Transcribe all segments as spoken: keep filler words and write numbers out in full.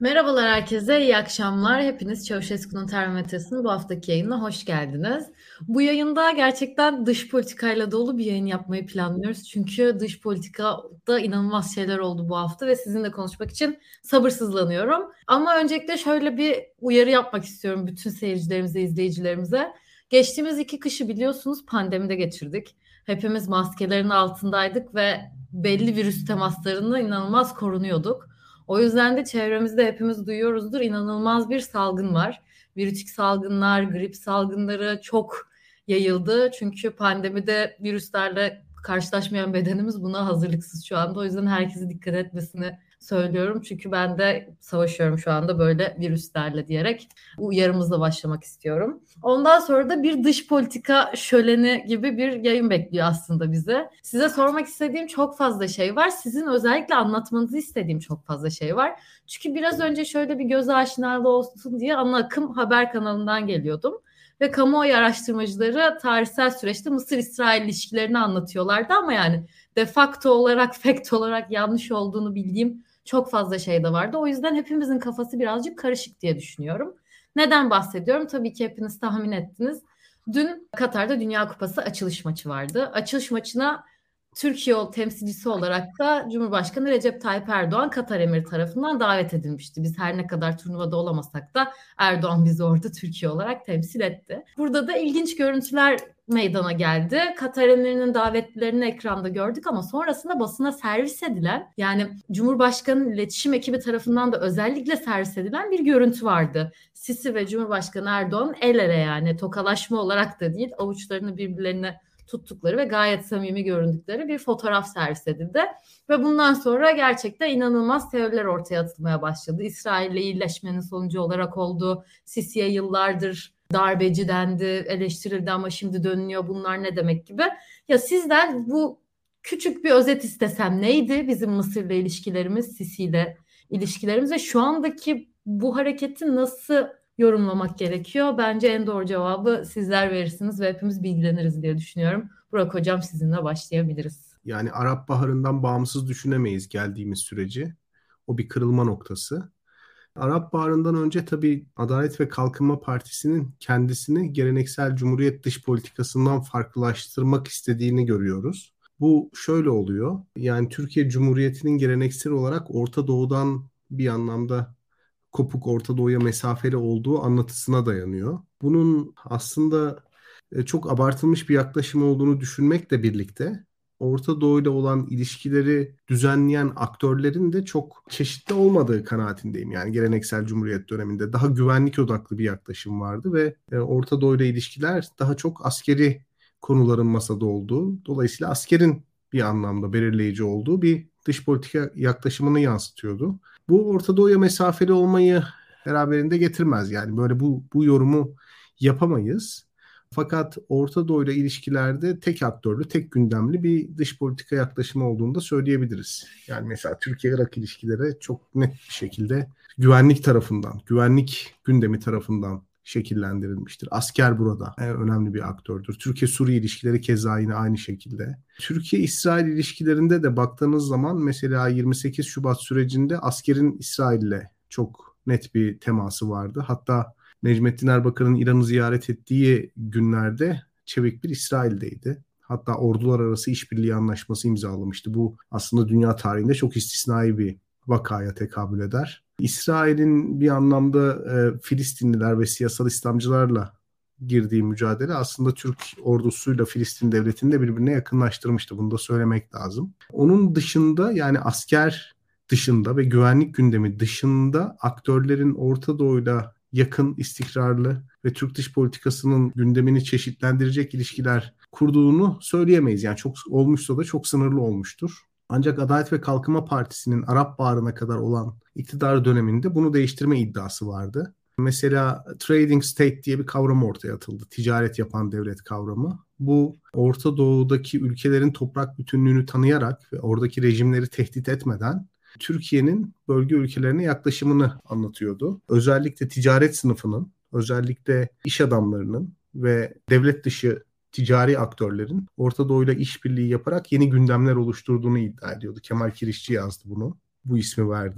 Merhabalar herkese, iyi akşamlar. Hepiniz Çavuşesku'nun Termometresinin bu haftaki yayınına hoş geldiniz. Bu yayında gerçekten dış politikayla dolu bir yayın yapmayı planlıyoruz. Çünkü dış politikada inanılmaz şeyler oldu bu hafta ve sizinle konuşmak için sabırsızlanıyorum. Ama öncelikle şöyle bir uyarı yapmak istiyorum bütün seyircilerimize, izleyicilerimize. Geçtiğimiz iki kışı biliyorsunuz pandemide geçirdik. Hepimiz maskelerin altındaydık ve belli virüs temaslarından inanılmaz korunuyorduk. O yüzden de çevremizde hepimiz duyuyoruzdur, inanılmaz bir salgın var. Virütik salgınlar, grip salgınları çok yayıldı. Çünkü pandemide virüslerle karşılaşmayan bedenimiz buna hazırlıksız şu anda. O yüzden herkese dikkat etmesini söylüyorum. Çünkü ben de savaşıyorum şu anda böyle virüslerle diyerek bu uyarımızla başlamak istiyorum. Ondan sonra da bir dış politika şöleni gibi bir yayın bekliyor aslında bize. Size sormak istediğim çok fazla şey var. Sizin özellikle anlatmanızı istediğim çok fazla şey var. Çünkü biraz önce şöyle bir göz aşinalığı olsun diye Ana Akım Haber kanalından geliyordum. Ve kamuoyu araştırmacıları tarihsel süreçte Mısır-İsrail ilişkilerini anlatıyorlardı ama yani de facto olarak, fact olarak yanlış olduğunu bildiğim çok fazla şey de vardı. O yüzden hepimizin kafası birazcık karışık diye düşünüyorum. Neden bahsediyorum? Tabii ki hepiniz tahmin ettiniz. Dün Katar'da Dünya Kupası açılış maçı vardı. Açılış maçına Türkiye temsilcisi olarak da Cumhurbaşkanı Recep Tayyip Erdoğan Katar Emiri tarafından davet edilmişti. Biz her ne kadar turnuvada olamasak da Erdoğan bizi orada Türkiye olarak temsil etti. Burada da ilginç görüntüler meydana geldi. Katar Emiri'nin davetlilerini ekranda gördük ama sonrasında basına servis edilen, yani Cumhurbaşkanı'nın iletişim ekibi tarafından da özellikle servis edilen bir görüntü vardı. Sisi ve Cumhurbaşkanı Erdoğan el ele, yani tokalaşma olarak da değil, avuçlarını birbirlerine tuttukları ve gayet samimi göründükleri bir fotoğraf servis edildi. Ve bundan sonra gerçekten inanılmaz teoriler ortaya atılmaya başladı. İsrail'le iyileşmenin sonucu olarak oldu. Sisi'ye yıllardır darbeci dendi, eleştirildi ama şimdi dönüyor, bunlar ne demek gibi. Ya sizden bu küçük bir özet istesem, neydi bizim Mısır'la ilişkilerimiz, Sisi'yle ilişkilerimiz ve şu andaki bu hareketi nasıl yorumlamak gerekiyor? Bence en doğru cevabı sizler verirsiniz ve hepimiz bilgileniriz diye düşünüyorum. Burak Hocam, sizinle başlayabiliriz. Yani Arap Baharı'ndan bağımsız düşünemeyiz geldiğimiz süreci. O bir kırılma noktası. Arap Baharı'ndan önce tabii Adalet ve Kalkınma Partisi'nin kendisini geleneksel Cumhuriyet dış politikasından farklılaştırmak istediğini görüyoruz. Bu şöyle oluyor. Yani Türkiye Cumhuriyeti'nin geleneksel olarak Orta Doğu'dan bir anlamda kopuk, Orta Doğu'ya mesafeli olduğu anlatısına dayanıyor. Bunun aslında e, çok abartılmış bir yaklaşım olduğunu düşünmekle birlikte Orta Doğu ile olan ilişkileri düzenleyen aktörlerin de çok çeşitli olmadığı kanaatindeyim. Yani geleneksel Cumhuriyet döneminde daha güvenlik odaklı bir yaklaşım vardı ve e, Orta Doğu ile ilişkiler daha çok askeri konuların masada olduğu, dolayısıyla askerin bir anlamda belirleyici olduğu bir dış politika yaklaşımını yansıtıyordu. Bu Orta Doğu'ya mesafeli olmayı beraberinde getirmez. Yani böyle bu, bu yorumu yapamayız. Fakat Orta Doğu ile ilişkilerde tek aktörlü, tek gündemli bir dış politika yaklaşımı olduğunu da söyleyebiliriz. Yani mesela Türkiye-Irak ilişkileri çok net bir şekilde güvenlik tarafından, güvenlik gündemi tarafından şekillendirilmiştir. Asker burada en önemli bir aktördür. Türkiye-Suriye ilişkileri keza yine aynı şekilde. Türkiye-İsrail ilişkilerinde de baktığınız zaman mesela yirmi sekiz Şubat sürecinde askerin İsrail'le çok net bir teması vardı. Hatta Necmettin Erbakan'ın İran'ı ziyaret ettiği günlerde Çevik bir İsrail'deydi. Hatta ordular arası işbirliği anlaşması imzalamıştı. Bu aslında dünya tarihinde çok istisnai bir vakaya tekabül eder. İsrail'in bir anlamda e, Filistinliler ve siyasal İslamcılarla girdiği mücadele aslında Türk ordusuyla Filistin devletini de birbirine yakınlaştırmıştı. Bunu da söylemek lazım. Onun dışında, yani asker dışında ve güvenlik gündemi dışında aktörlerin Orta Doğu'yla yakın, istikrarlı ve Türk dış politikasının gündemini çeşitlendirecek ilişkiler kurduğunu söyleyemeyiz. Yani çok olmuşsa da çok sınırlı olmuştur. Ancak Adalet ve Kalkınma Partisi'nin Arap Baharı'na kadar olan iktidar döneminde bunu değiştirme iddiası vardı. Mesela trading state diye bir kavram ortaya atıldı. Ticaret yapan devlet kavramı. Bu Orta Doğu'daki ülkelerin toprak bütünlüğünü tanıyarak ve oradaki rejimleri tehdit etmeden Türkiye'nin bölge ülkelerine yaklaşımını anlatıyordu. Özellikle ticaret sınıfının, özellikle iş adamlarının ve devlet dışı ticari aktörlerin Orta Doğu'yla işbirliği yaparak yeni gündemler oluşturduğunu iddia ediyordu. Kemal Kirişçi yazdı bunu. Bu ismi verdi.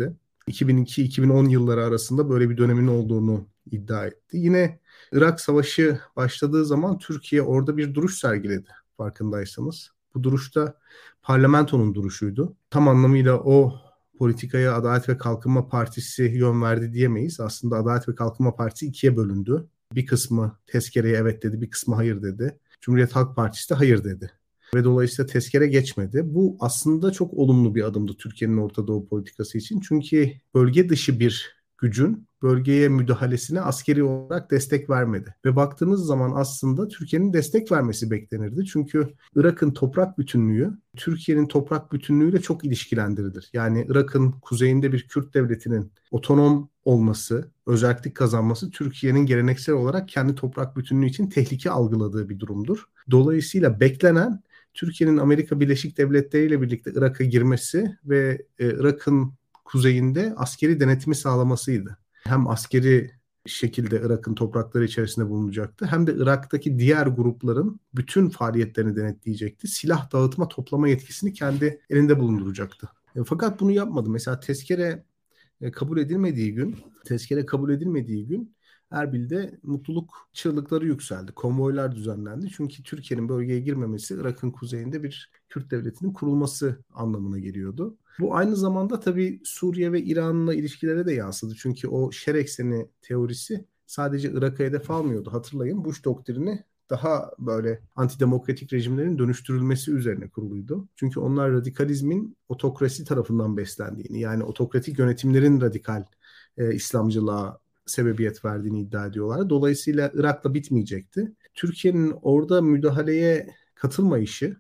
iki bin iki iki bin on yılları arasında böyle bir dönemin olduğunu iddia etti. Yine Irak Savaşı başladığı zaman Türkiye orada bir duruş sergiledi farkındaysanız. Bu duruşta parlamentonun duruşuydu. Tam anlamıyla o politikaya Adalet ve Kalkınma Partisi yön verdi diyemeyiz. Aslında Adalet ve Kalkınma Partisi ikiye bölündü. Bir kısmı tezkereye evet dedi, bir kısmı hayır dedi. Cumhuriyet Halk Partisi de hayır dedi. Ve dolayısıyla tezkere geçmedi. Bu aslında çok olumlu bir adımdı Türkiye'nin Orta Doğu politikası için. Çünkü bölge dışı bir gücün bölgeye müdahalesine askeri olarak destek vermedi. Ve baktığınız zaman aslında Türkiye'nin destek vermesi beklenirdi. Çünkü Irak'ın toprak bütünlüğü Türkiye'nin toprak bütünlüğüyle çok ilişkilendirilir. Yani Irak'ın kuzeyinde bir Kürt devletinin otonom olması, özellik kazanması Türkiye'nin geleneksel olarak kendi toprak bütünlüğü için tehlike algıladığı bir durumdur. Dolayısıyla beklenen Türkiye'nin Amerika Birleşik Devletleri ile birlikte Irak'a girmesi ve e, Irak'ın kuzeyinde askeri denetimi sağlamasıydı. Hem askeri şekilde Irak'ın toprakları içerisinde bulunacaktı hem de Irak'taki diğer grupların bütün faaliyetlerini denetleyecekti. Silah dağıtma toplama yetkisini kendi elinde bulunduracaktı. E, fakat bunu yapmadı. Mesela tezkere e, kabul edilmediği gün, tezkere kabul edilmediği gün Erbil'de mutluluk çığlıkları yükseldi. Konvoylar düzenlendi. Çünkü Türkiye'nin bölgeye girmemesi Irak'ın kuzeyinde bir Kürt devletinin kurulması anlamına geliyordu. Bu aynı zamanda tabii Suriye ve İran'la ilişkilere de yansıdı. Çünkü o şer ekseni teorisi sadece Irak'a hedef almıyordu. Hatırlayın Bush doktrini daha böyle antidemokratik rejimlerin dönüştürülmesi üzerine kuruluydu. Çünkü onlar radikalizmin otokrasi tarafından beslendiğini, yani otokratik yönetimlerin radikal e, İslamcılığa sebebiyet verdiğini iddia ediyorlar. Dolayısıyla Irak'la bitmeyecekti. Türkiye'nin orada müdahaleye katılmayışı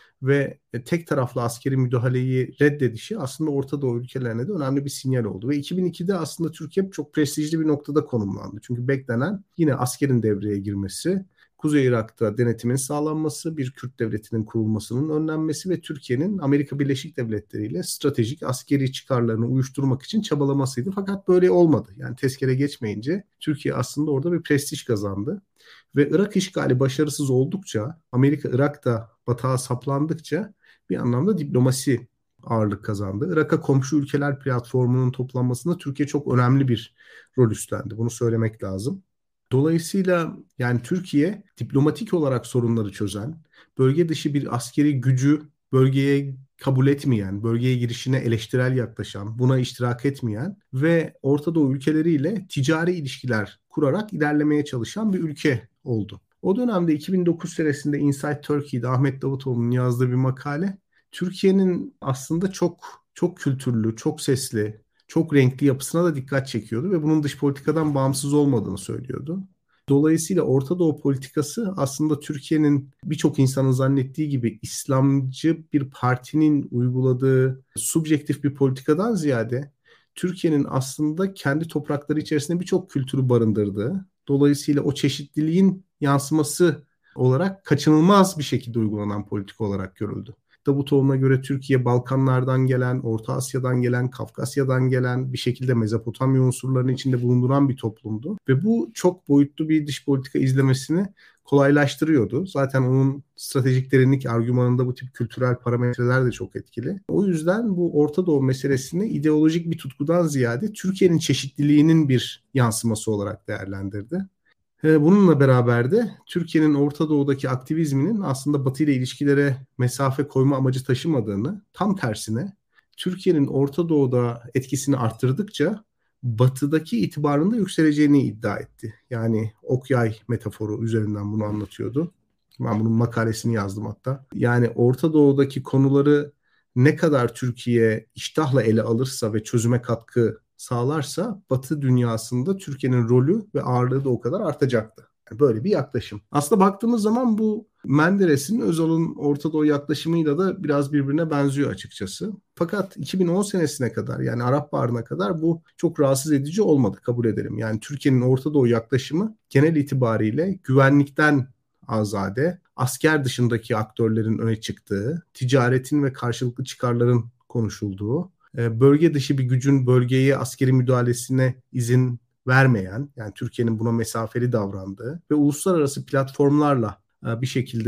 ve tek taraflı askeri müdahaleyi reddedişi aslında Orta Doğu ülkelerine de önemli bir sinyal oldu. Ve iki bin ikide aslında Türkiye çok prestijli bir noktada konumlandı. Çünkü beklenen yine askerin devreye girmesi, Kuzey Irak'ta denetimin sağlanması, bir Kürt devletinin kurulmasının önlenmesi ve Türkiye'nin Amerika Birleşik Devletleri ile stratejik askeri çıkarlarını uyuşturmak için çabalamasıydı. Fakat böyle olmadı. Yani tezkere geçmeyince Türkiye aslında orada bir prestij kazandı. Ve Irak işgali başarısız oldukça, Amerika Irak'ta batağa saplandıkça bir anlamda diplomasi ağırlık kazandı. Irak'a komşu ülkeler platformunun toplanmasında Türkiye çok önemli bir rol üstlendi. Bunu söylemek lazım. Dolayısıyla yani Türkiye diplomatik olarak sorunları çözen, bölge dışı bir askeri gücü bölgeye kabul etmeyen, bölgeye girişine eleştirel yaklaşan, buna iştirak etmeyen ve Orta Doğu ülkeleriyle ticari ilişkiler kurarak ilerlemeye çalışan bir ülke oldu. O dönemde iki bin dokuz senesinde Inside Turkey'de Ahmet Davutoğlu'nun yazdığı bir makale, Türkiye'nin aslında çok çok kültürlü, çok sesli, çok renkli yapısına da dikkat çekiyordu ve bunun dış politikadan bağımsız olmadığını söylüyordu. Dolayısıyla Orta Doğu politikası aslında Türkiye'nin birçok insanın zannettiği gibi İslamcı bir partinin uyguladığı subjektif bir politikadan ziyade Türkiye'nin aslında kendi toprakları içerisinde birçok kültürü barındırdığı, dolayısıyla o çeşitliliğin yansıması olarak kaçınılmaz bir şekilde uygulanan politika olarak görüldü. Davutoğlu'na göre Türkiye Balkanlardan gelen, Orta Asya'dan gelen, Kafkasya'dan gelen bir şekilde Mezopotamya unsurlarının içinde bulunduran bir toplumdu. Ve bu çok boyutlu bir dış politika izlemesini kolaylaştırıyordu. Zaten onun stratejik derinlik argümanında bu tip kültürel parametreler de çok etkili. O yüzden bu Orta Doğu meselesini ideolojik bir tutkudan ziyade Türkiye'nin çeşitliliğinin bir yansıması olarak değerlendirdi. Bununla beraber de Türkiye'nin Orta Doğu'daki aktivizminin aslında Batı ile ilişkilere mesafe koyma amacı taşımadığını, tam tersine Türkiye'nin Orta Doğu'da etkisini arttırdıkça Batı'daki itibarının da yükseleceğini iddia etti. Yani ok yay metaforu üzerinden bunu anlatıyordu. Ben bunun makalesini yazdım hatta. Yani Orta Doğu'daki konuları ne kadar Türkiye iştahla ele alırsa ve çözüme katkı sağlarsa Batı dünyasında Türkiye'nin rolü ve ağırlığı da o kadar artacaktı. Yani böyle bir yaklaşım. Aslında baktığımız zaman bu Menderes'in Özal'ın Orta Doğu yaklaşımıyla da biraz birbirine benziyor açıkçası. Fakat iki bin on senesine kadar, yani Arap Baharı'na kadar bu çok rahatsız edici olmadı, kabul edelim. Yani Türkiye'nin Orta Doğu yaklaşımı genel itibariyle güvenlikten azade, asker dışındaki aktörlerin öne çıktığı, ticaretin ve karşılıklı çıkarların konuşulduğu, bölge dışı bir gücün bölgeye askeri müdahalesine izin vermeyen, yani Türkiye'nin buna mesafeli davrandığı ve uluslararası platformlarla bir şekilde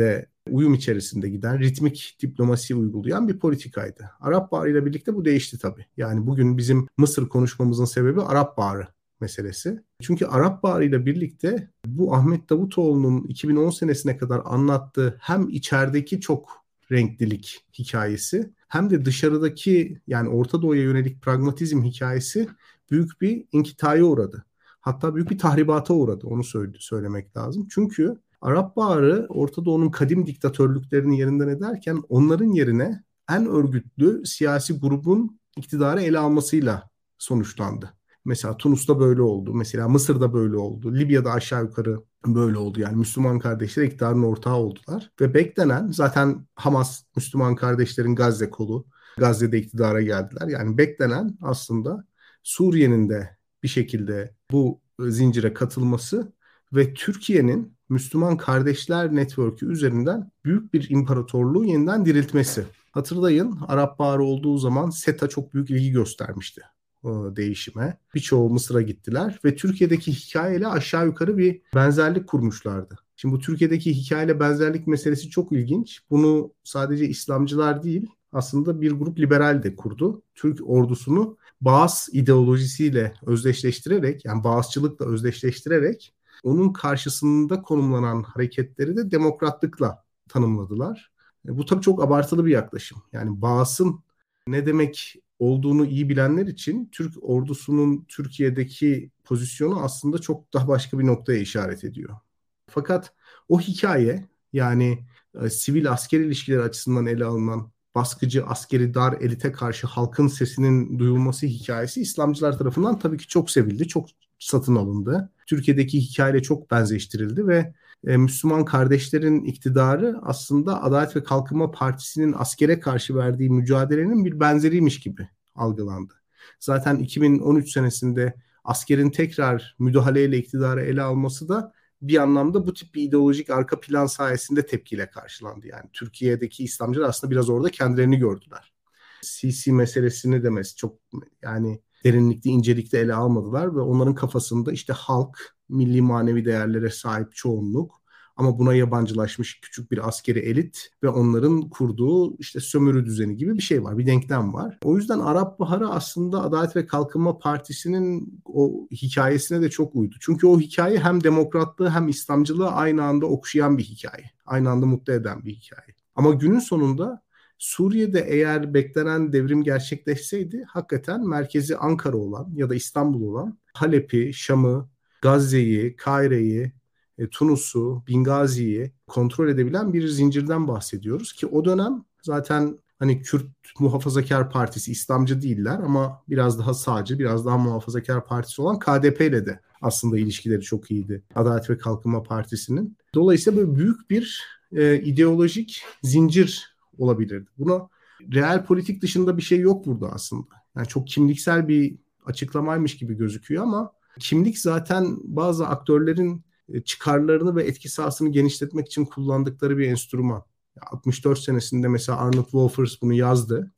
uyum içerisinde giden, ritmik diplomasi uygulayan bir politikaydı. Arap Baharı ile birlikte bu değişti tabii. Yani bugün bizim Mısır konuşmamızın sebebi Arap Baharı meselesi. Çünkü Arap Baharı ile birlikte bu Ahmet Davutoğlu'nun iki bin on senesine kadar anlattığı hem içerideki çok renklilik hikayesi hem de dışarıdaki, yani Orta Doğu'ya yönelik pragmatizm hikayesi büyük bir inkitaya uğradı. Hatta büyük bir tahribata uğradı, onu söyle, söylemek lazım. Çünkü Arap Baharı Orta Doğu'nun kadim diktatörlüklerini yerinden ederken onların yerine en örgütlü siyasi grubun iktidarı ele almasıyla sonuçlandı. Mesela Tunus'ta böyle oldu. Mesela Mısır'da böyle oldu. Libya'da aşağı yukarı böyle oldu. Yani Müslüman kardeşler iktidarın ortağı oldular. Ve beklenen, zaten Hamas Müslüman kardeşlerin Gazze kolu. Gazze'de iktidara geldiler. Yani beklenen aslında Suriye'nin de bir şekilde bu zincire katılması ve Türkiye'nin Müslüman Kardeşler Network'ü üzerinden büyük bir imparatorluğu yeniden diriltmesi. Hatırlayın, Arap Baharı olduğu zaman SETA çok büyük ilgi göstermişti o değişime. Birçoğu Mısır'a gittiler ve Türkiye'deki hikayeyle aşağı yukarı bir benzerlik kurmuşlardı. Şimdi bu Türkiye'deki hikayeyle benzerlik meselesi çok ilginç. Bunu sadece İslamcılar değil, aslında bir grup liberal de kurdu. Türk ordusunu Baas ideolojisiyle özdeşleştirerek, yani Baasçılıkla özdeşleştirerek onun karşısında konumlanan hareketleri de demokratlıkla tanımladılar. E, bu tabii çok abartılı bir yaklaşım. Yani Baas'ın ne demek olduğunu iyi bilenler için Türk ordusunun Türkiye'deki pozisyonu aslında çok daha başka bir noktaya işaret ediyor. Fakat o hikaye, yani e, sivil asker ilişkileri açısından ele alınan baskıcı, askeri dar elite karşı halkın sesinin duyulması hikayesi İslamcılar tarafından tabii ki çok sevildi, çok satın alındı. Türkiye'deki hikayeyle çok benzeştirildi ve e, Müslüman kardeşlerin iktidarı aslında Adalet ve Kalkınma Partisi'nin askere karşı verdiği mücadelenin bir benzeriymiş gibi algılandı. Zaten iki bin on üç senesinde askerin tekrar müdahaleyle iktidarı ele alması da bir anlamda bu tip bir ideolojik arka plan sayesinde tepkiyle karşılandı. Yani Türkiye'deki İslamcılar aslında biraz orada kendilerini gördüler. Sisi meselesini demesi çok, yani derinlikli, incelikli ele almadılar ve onların kafasında işte halk, milli manevi değerlere sahip çoğunluk ama buna yabancılaşmış küçük bir askeri elit ve onların kurduğu işte sömürü düzeni gibi bir şey var, bir denklem var. O yüzden Arap Baharı aslında Adalet ve Kalkınma Partisi'nin o hikayesine de çok uydu. Çünkü o hikaye hem demokratlığı hem İslamcılığı aynı anda okşayan bir hikaye. Aynı anda mutlu eden bir hikaye. Ama günün sonunda Suriye'de eğer beklenen devrim gerçekleşseydi hakikaten merkezi Ankara olan ya da İstanbul olan Halep'i, Şam'ı, Gazze'yi, Kahire'yi, e, Tunus'u, Bingazi'yi kontrol edebilen bir zincirden bahsediyoruz ki o dönem zaten hani Kürt Muhafazakar Partisi, İslamcı değiller ama biraz daha sağcı, biraz daha muhafazakar partisi olan K D P ile de aslında ilişkileri çok iyiydi Adalet ve Kalkınma Partisi'nin. Dolayısıyla böyle büyük bir e, ideolojik zincir olabilirdi. Buna real politik dışında bir şey yok burada aslında. Yani çok kimliksel bir açıklamaymış gibi gözüküyor ama kimlik zaten bazı aktörlerin çıkarlarını ve etki sahasını genişletmek için kullandıkları bir enstrüman. altmış dört senesinde mesela Arnold Wolfers bunu yazdı.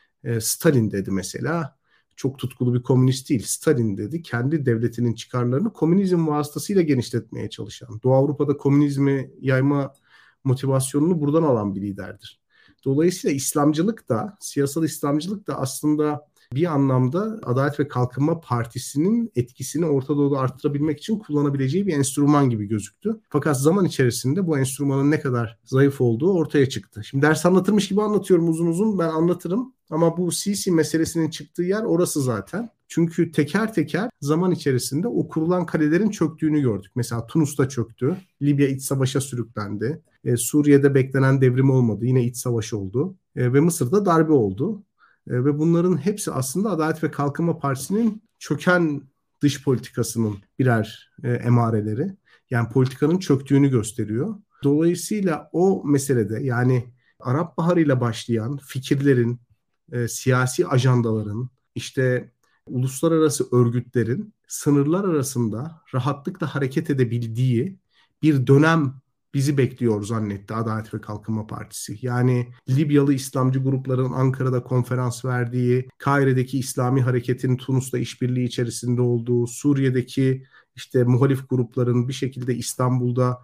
Stalin dedi mesela. Çok tutkulu bir komünist değil. Stalin dedi. Kendi devletinin çıkarlarını komünizm vasıtasıyla genişletmeye çalışan, Doğu Avrupa'da komünizmi yayma motivasyonunu buradan alan bir liderdir. Dolayısıyla İslamcılık da, siyasal İslamcılık da aslında bir anlamda Adalet ve Kalkınma Partisi'nin etkisini Orta Doğu'da arttırabilmek için kullanabileceği bir enstrüman gibi gözüktü. Fakat zaman içerisinde bu enstrümanın ne kadar zayıf olduğu ortaya çıktı. Şimdi ders anlatırmış gibi anlatıyorum uzun uzun, ben anlatırım. Ama bu Sisi meselesinin çıktığı yer orası zaten. Çünkü teker teker zaman içerisinde o kurulan kalelerin çöktüğünü gördük. Mesela Tunus'ta çöktü, Libya iç savaşa sürüklendi, e, Suriye'de beklenen devrim olmadı, yine iç savaş oldu e, ve Mısır'da darbe oldu. E, ve bunların hepsi aslında Adalet ve Kalkınma Partisi'nin çöken dış politikasının birer e, emareleri. Yani politikanın çöktüğünü gösteriyor. Dolayısıyla o meselede, yani Arap Baharı ile başlayan fikirlerin, e, siyasi ajandaların, işte uluslararası örgütlerin sınırlar arasında rahatlıkla hareket edebildiği bir dönem bizi bekliyor zannetti Adalet ve Kalkınma Partisi. Yani Libyalı İslamcı grupların Ankara'da konferans verdiği, Kahire'deki İslami hareketin Tunus'ta işbirliği içerisinde olduğu, Suriye'deki işte muhalif grupların bir şekilde İstanbul'da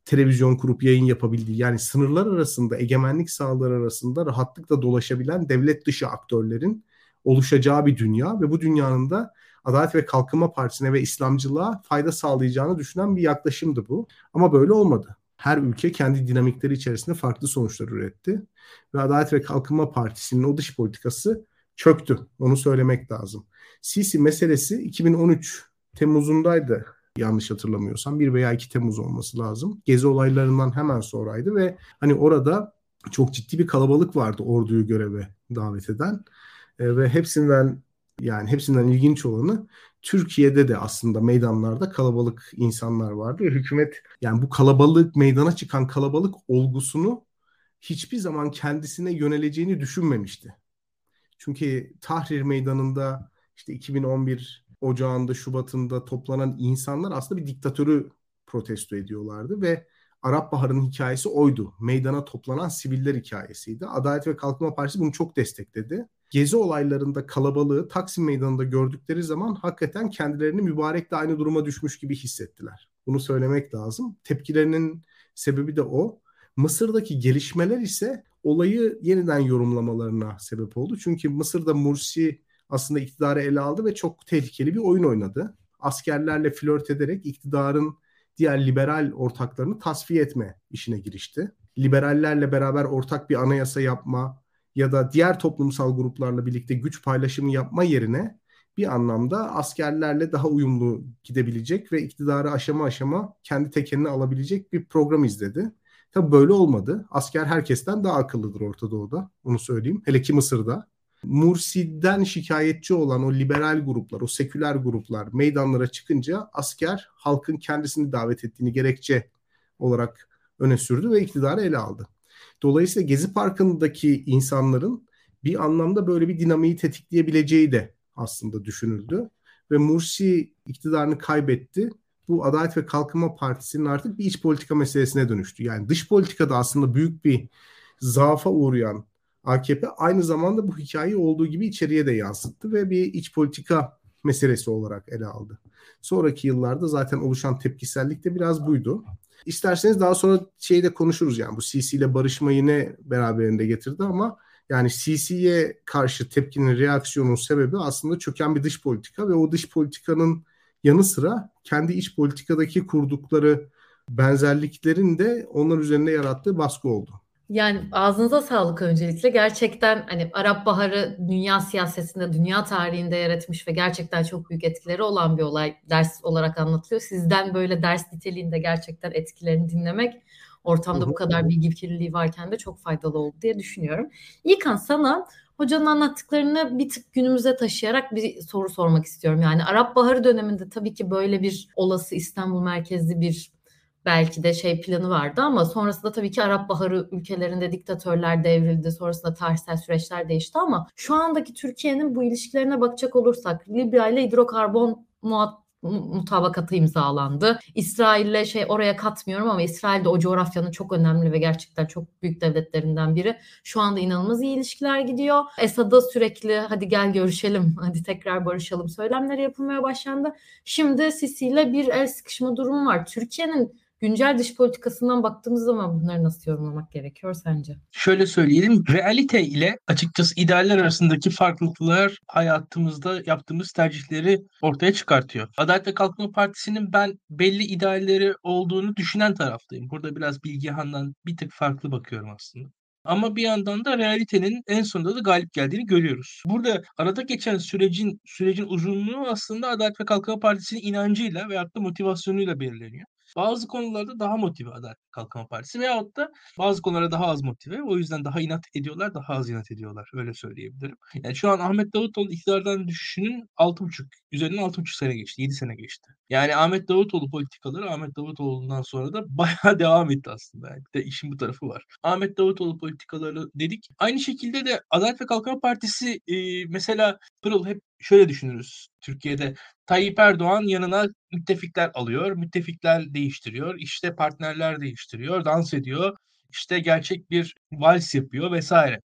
televizyon kurup yayın yapabildiği, yani sınırlar arasında, egemenlik sahaları arasında rahatlıkla dolaşabilen devlet dışı aktörlerin oluşacağı bir dünya ve bu dünyanın da Adalet ve Kalkınma Partisi'ne ve İslamcılığa fayda sağlayacağını düşünen bir yaklaşımdı bu. Ama böyle olmadı. Her ülke kendi dinamikleri içerisinde farklı sonuçlar üretti. Ve Adalet ve Kalkınma Partisi'nin o dış politikası çöktü. Onu söylemek lazım. Sisi meselesi iki bin on üç Temmuz'undaydı, yanlış hatırlamıyorsam. bir veya iki Temmuz olması lazım. Gezi olaylarından hemen sonraydı ve hani orada çok ciddi bir kalabalık vardı orduyu göreve davet eden. E, ve hepsinden yani hepsinden ilginç olanı, Türkiye'de de aslında meydanlarda kalabalık insanlar vardı ve hükümet yani bu kalabalık, meydana çıkan kalabalık olgusunu hiçbir zaman kendisine yöneleceğini düşünmemişti. Çünkü Tahrir Meydanı'nda işte iki bin on bir Ocağı'nda, Şubat'ında toplanan insanlar aslında bir diktatörü protesto ediyorlardı ve Arap Baharı'nın hikayesi oydu. Meydana toplanan siviller hikayesiydi. Adalet ve Kalkınma Partisi bunu çok destekledi. Gezi olaylarında kalabalığı Taksim Meydanı'nda gördükleri zaman hakikaten kendilerini mübarekle aynı duruma düşmüş gibi hissettiler. Bunu söylemek lazım. Tepkilerinin sebebi de o. Mısır'daki gelişmeler ise olayı yeniden yorumlamalarına sebep oldu. Çünkü Mısır'da Mursi aslında iktidarı ele aldı ve çok tehlikeli bir oyun oynadı. Askerlerle flört ederek iktidarın diğer liberal ortaklarını tasfiye etme işine girişti. Liberallerle beraber ortak bir anayasa yapma ya da diğer toplumsal gruplarla birlikte güç paylaşımı yapma yerine bir anlamda askerlerle daha uyumlu gidebilecek ve iktidarı aşama aşama kendi tekeline alabilecek bir program izledi. Tabii böyle olmadı. Asker herkesten daha akıllıdır Orta Doğu'da. Onu söyleyeyim. Hele ki Mısır'da. Mursi'den şikayetçi olan o liberal gruplar, o seküler gruplar meydanlara çıkınca asker halkın kendisini davet ettiğini gerekçe olarak öne sürdü ve iktidarı ele aldı. Dolayısıyla Gezi Parkı'ndaki insanların bir anlamda böyle bir dinamiği tetikleyebileceği de aslında düşünüldü. Ve Mursi iktidarını kaybetti. Bu Adalet ve Kalkınma Partisi'nin artık bir iç politika meselesine dönüştü. Yani dış politikada aslında büyük bir zaafa uğrayan A K P aynı zamanda bu hikayeyi olduğu gibi içeriye de yansıttı ve bir iç politika meselesi olarak ele aldı. Sonraki yıllarda zaten oluşan tepkisellik de biraz buydu. İsterseniz daha sonra şeyi de konuşuruz, yani bu Sisi ile barışmayı ne beraberinde getirdi, ama yani Sisi'ye karşı tepkinin, reaksiyonun sebebi aslında çöken bir dış politika ve o dış politikanın yanı sıra kendi iç politikadaki kurdukları benzerliklerin de onlar üzerinde yarattığı baskı oldu. Yani ağzınıza sağlık öncelikle. Gerçekten hani Arap Baharı dünya siyasetinde, dünya tarihinde yaratmış ve gerçekten çok büyük etkileri olan bir olay, ders olarak anlatılıyor. Sizden böyle ders niteliğinde gerçekten etkilerini dinlemek, ortamda Hı bu kadar bilgi kirliliği varken de çok faydalı oldu diye düşünüyorum. İlkan, sana hocanın anlattıklarını bir tık günümüze taşıyarak bir soru sormak istiyorum. Yani Arap Baharı döneminde tabii ki böyle bir olası İstanbul merkezli bir belki de şey planı vardı ama sonrasında tabii ki Arap Baharı ülkelerinde diktatörler devrildi. Sonrasında tarihsel süreçler değişti ama şu andaki Türkiye'nin bu ilişkilerine bakacak olursak Libya ile hidrokarbon muhat mutabakatı imzalandı. İsrail'le şey oraya katmıyorum ama İsrail de o coğrafyanın çok önemli ve gerçekten çok büyük devletlerinden biri. Şu anda inanılmaz iyi ilişkiler gidiyor. Esad'a sürekli hadi gel görüşelim, hadi tekrar barışalım söylemleri yapılmaya başlandı. Şimdi Sisi ile bir el sıkışma durumu var. Türkiye'nin güncel dış politikasından baktığımız zaman bunları nasıl yorumlamak gerekiyor sence? Şöyle söyleyelim, realite ile açıkçası idealler arasındaki farklılıklar hayatımızda yaptığımız tercihleri ortaya çıkartıyor. Adalet ve Kalkınma Partisi'nin ben belli idealleri olduğunu düşünen taraftayım. Burada biraz Bilgehan'dan bir tık farklı bakıyorum aslında. Ama bir yandan da realitenin en sonunda da galip geldiğini görüyoruz. Burada arada geçen sürecin sürecin uzunluğu aslında Adalet ve Kalkınma Partisi'nin inancıyla veyahut da motivasyonuyla belirleniyor. Bazı konularda daha motive Adalet ve Kalkınma Partisi veyahut da bazı konulara daha az motive. O yüzden daha inat ediyorlar, daha az inat ediyorlar. Öyle söyleyebilirim. Yani şu an Ahmet Davutoğlu iktidardan düşüşünün altı buçuk, üzerinden altı buçuk sene geçti, yedi sene geçti. Yani Ahmet Davutoğlu politikaları Ahmet Davutoğlu'ndan sonra da bayağı devam etti aslında. Yani bir de işin bu tarafı var. Ahmet Davutoğlu politikaları dedik. Aynı şekilde de Adalet ve Kalkınma Partisi e, mesela Pırıl hep şöyle düşünürüz Türkiye'de. Tayyip Erdoğan yanına müttefikler alıyor, müttefikler değiştiriyor, işte partnerler değiştiriyor, dans ediyor, işte gerçek bir vals yapıyor vesaire.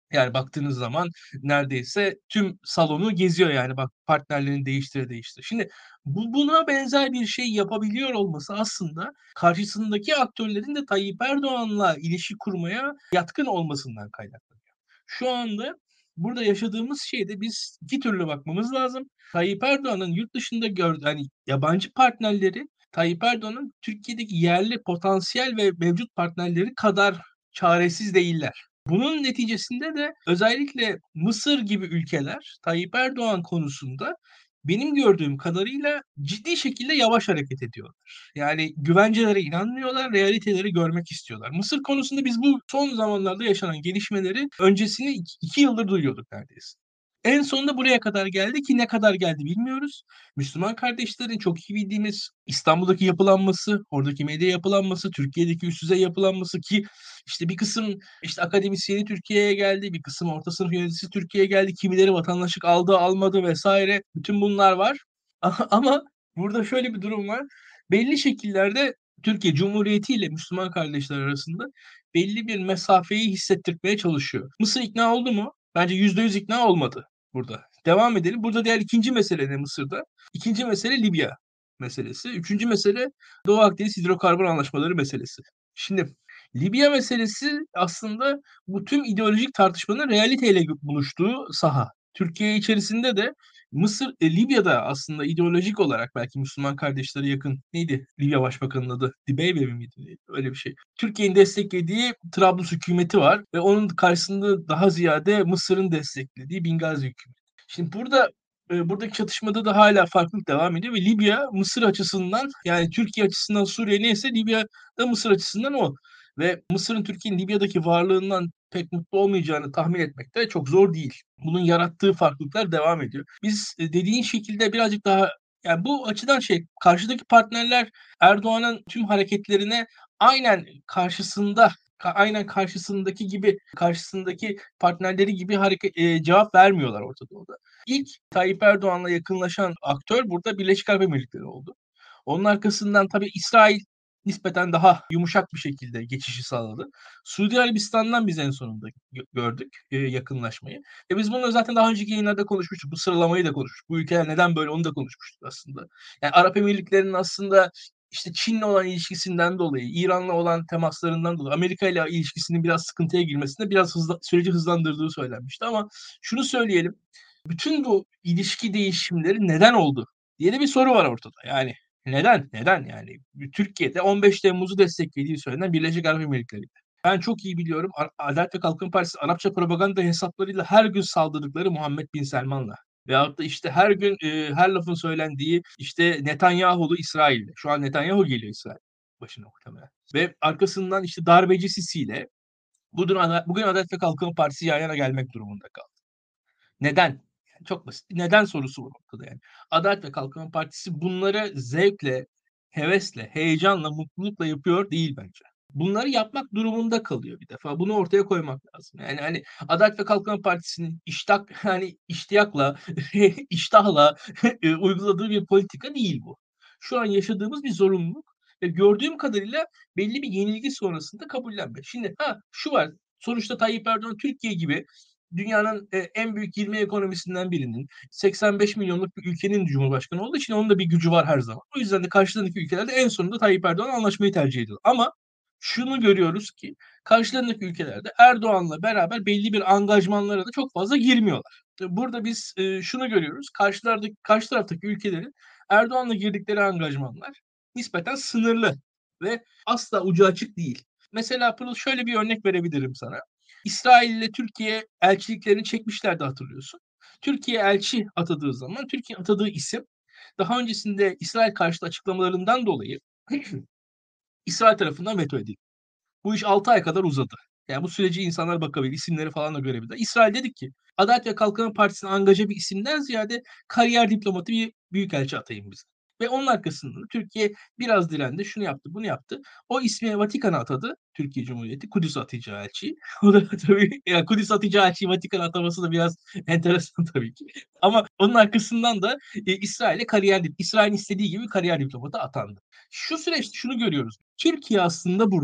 Yani baktığınız zaman neredeyse tüm salonu geziyor yani bak partnerlerini değiştire değiştire. Şimdi bu buna benzer bir şey yapabiliyor olması aslında karşısındaki aktörlerin de Tayyip Erdoğan'la ilişki kurmaya yatkın olmasından kaynaklanıyor. Şu anda burada yaşadığımız şeyde biz iki türlü bakmamız lazım. Tayyip Erdoğan'ın yurt dışında gördüğü hani yabancı partnerleri Tayyip Erdoğan'ın Türkiye'deki yerli potansiyel ve mevcut partnerleri kadar çaresiz değiller. Bunun neticesinde de özellikle Mısır gibi ülkeler Tayyip Erdoğan konusunda benim gördüğüm kadarıyla ciddi şekilde yavaş hareket ediyorlar. Yani güvencelere inanmıyorlar, realiteleri görmek istiyorlar. Mısır konusunda biz bu son zamanlarda yaşanan gelişmeleri öncesini iki, iki yıldır duyuyorduk neredeyse. En sonunda buraya kadar geldi ki ne kadar geldi bilmiyoruz. Müslüman kardeşlerin çok iyi bildiğimiz İstanbul'daki yapılanması, oradaki medya yapılanması, Türkiye'deki üst düzey yapılanması ki işte bir kısım işte akademisyeni Türkiye'ye geldi, bir kısım orta sınıf yöneticisi Türkiye'ye geldi, kimileri vatandaşlık aldı almadı vesaire. Bütün bunlar var. Ama burada şöyle bir durum var. Belli şekillerde Türkiye Cumhuriyeti ile Müslüman kardeşler arasında belli bir mesafeyi hissettirmeye çalışıyor. Mısır ikna oldu mu? Bence yüzde yüz ikna olmadı burada. Devam edelim. Burada diğer ikinci mesele ne Mısır'da? İkinci mesele Libya meselesi. Üçüncü mesele Doğu Akdeniz hidrokarbon anlaşmaları meselesi. Şimdi Libya meselesi aslında bu tüm ideolojik tartışmanın realiteyle buluştuğu saha. Türkiye içerisinde de Mısır, e, Libya'da aslında ideolojik olarak belki Müslüman kardeşlere yakın neydi Libya Başbakanı'nın adı? Dibeybe miydi? Neydi? Öyle bir şey. Türkiye'nin desteklediği Trablus hükümeti var ve onun karşısında daha ziyade Mısır'ın desteklediği Bingazi hükümeti. Şimdi burada e, buradaki çatışmada da hala farklılık devam ediyor ve Libya Mısır açısından yani Türkiye açısından Suriye neyse Libya'da Mısır açısından o. Ve Mısır'ın Türkiye'nin Libya'daki varlığından pek mutlu olmayacağını tahmin etmek de çok zor değil. Bunun yarattığı farklılıklar devam ediyor. Biz e, dediğin şekilde birazcık daha yani bu açıdan şey karşıdaki partnerler Erdoğan'ın tüm hareketlerine aynen karşısında aynen karşısındaki gibi karşısındaki partnerleri gibi hareket e, cevap vermiyorlar Orta Doğu'da. İlk Tayyip Erdoğan'la yakınlaşan aktör burada Birleşik Arap Emirlikleri oldu. Onun arkasından tabii İsrail nispeten daha yumuşak bir şekilde geçişi sağladı. Suudi Arabistan'dan biz en sonunda gördük e, yakınlaşmayı. E biz bunu zaten daha önceki yayınlarda konuşmuştuk. Bu sıralamayı da konuşmuştuk. Bu ülkeler neden böyle onu da konuşmuştuk aslında. Yani Arap Emirlikleri'nin aslında işte Çin'le olan ilişkisinden dolayı, İran'la olan temaslarından dolayı, Amerika ile ilişkisinin biraz sıkıntıya girmesinde biraz hızla, süreci hızlandırdığı söylenmişti. Ama şunu söyleyelim, bütün bu ilişki değişimleri neden oldu diye de bir soru var ortada. Yani neden? Neden yani? Türkiye'de on beş Temmuz'u desteklediği söylenen Birleşik Arap Emirlikleri. Ben çok iyi biliyorum. Adalet ve Kalkınma Partisi Arapça propaganda hesaplarıyla her gün saldırdıkları Muhammed Bin Selman'la. Veyahut da işte her gün e, her lafın söylendiği işte Netanyahu'lu İsrail'le. Şu an Netanyahu geliyor İsrail başına muhtemelen. Ve arkasından işte darbeci Sisi'yle bugün, bugün Adalet ve Kalkınma Partisi yan yana gelmek durumunda kaldı. Neden? Çok basit. Neden sorusu var ortada yani. Adalet ve Kalkınma Partisi bunları zevkle, hevesle, heyecanla, mutlulukla yapıyor değil bence. Bunları yapmak durumunda kalıyor bir defa. Bunu ortaya koymak lazım. Yani hani Adalet ve Kalkınma Partisi'nin iştak hani iştiyakla, iştahla e, uyguladığı bir politika değil bu. Şu an yaşadığımız bir zorunluluk ve gördüğüm kadarıyla belli bir yenilgi sonrasında kabullenme. Şimdi ha şu var. Sonuçta Tayyip Erdoğan Türkiye gibi dünyanın e, en büyük yirmi ekonomisinden birinin seksen beş milyonluk bir ülkenin cumhurbaşkanı olduğu için onun da bir gücü var her zaman. O yüzden de karşılarındaki ülkelerde en sonunda Tayyip Erdoğan anlaşmayı tercih ediyor. Ama şunu görüyoruz ki karşılarındaki ülkelerde Erdoğan'la beraber belli bir angajmanlara da çok fazla girmiyorlar. Burada biz e, şunu görüyoruz. Karşılardaki, karşı taraftaki ülkelerin Erdoğan'la girdikleri angajmanlar nispeten sınırlı ve asla ucu açık değil. Mesela Pırıl şöyle bir örnek verebilirim sana. İsrail ile Türkiye elçiliklerini çekmişlerdi hatırlıyorsun. Türkiye elçi atadığı zaman Türkiye atadığı isim daha öncesinde İsrail karşıtı açıklamalarından dolayı İsrail tarafından veto edildi. Bu iş altı ay kadar uzadı. Yani bu süreci insanlar bakabilir, isimleri falan da görebilir. İsrail dedik ki Adalet ve Kalkınma Partisi'ne angaja bir isimden ziyade kariyer diplomatı bir büyükelçi atayın bize. Ve onun arkasından Türkiye biraz direndi, şunu yaptı, bunu yaptı. O ismi Vatikan'a atadı Türkiye Cumhuriyeti, Kudüs atacağı elçiyi. O da tabii yani Kudüs atacağı elçiyi Vatikan'a ataması da biraz enteresan tabii ki. Ama onun arkasından da e, İsrail'e kariyer, İsrail'in istediği gibi kariyer diplomatı atandı. Şu süreçte şunu görüyoruz. Türkiye aslında burada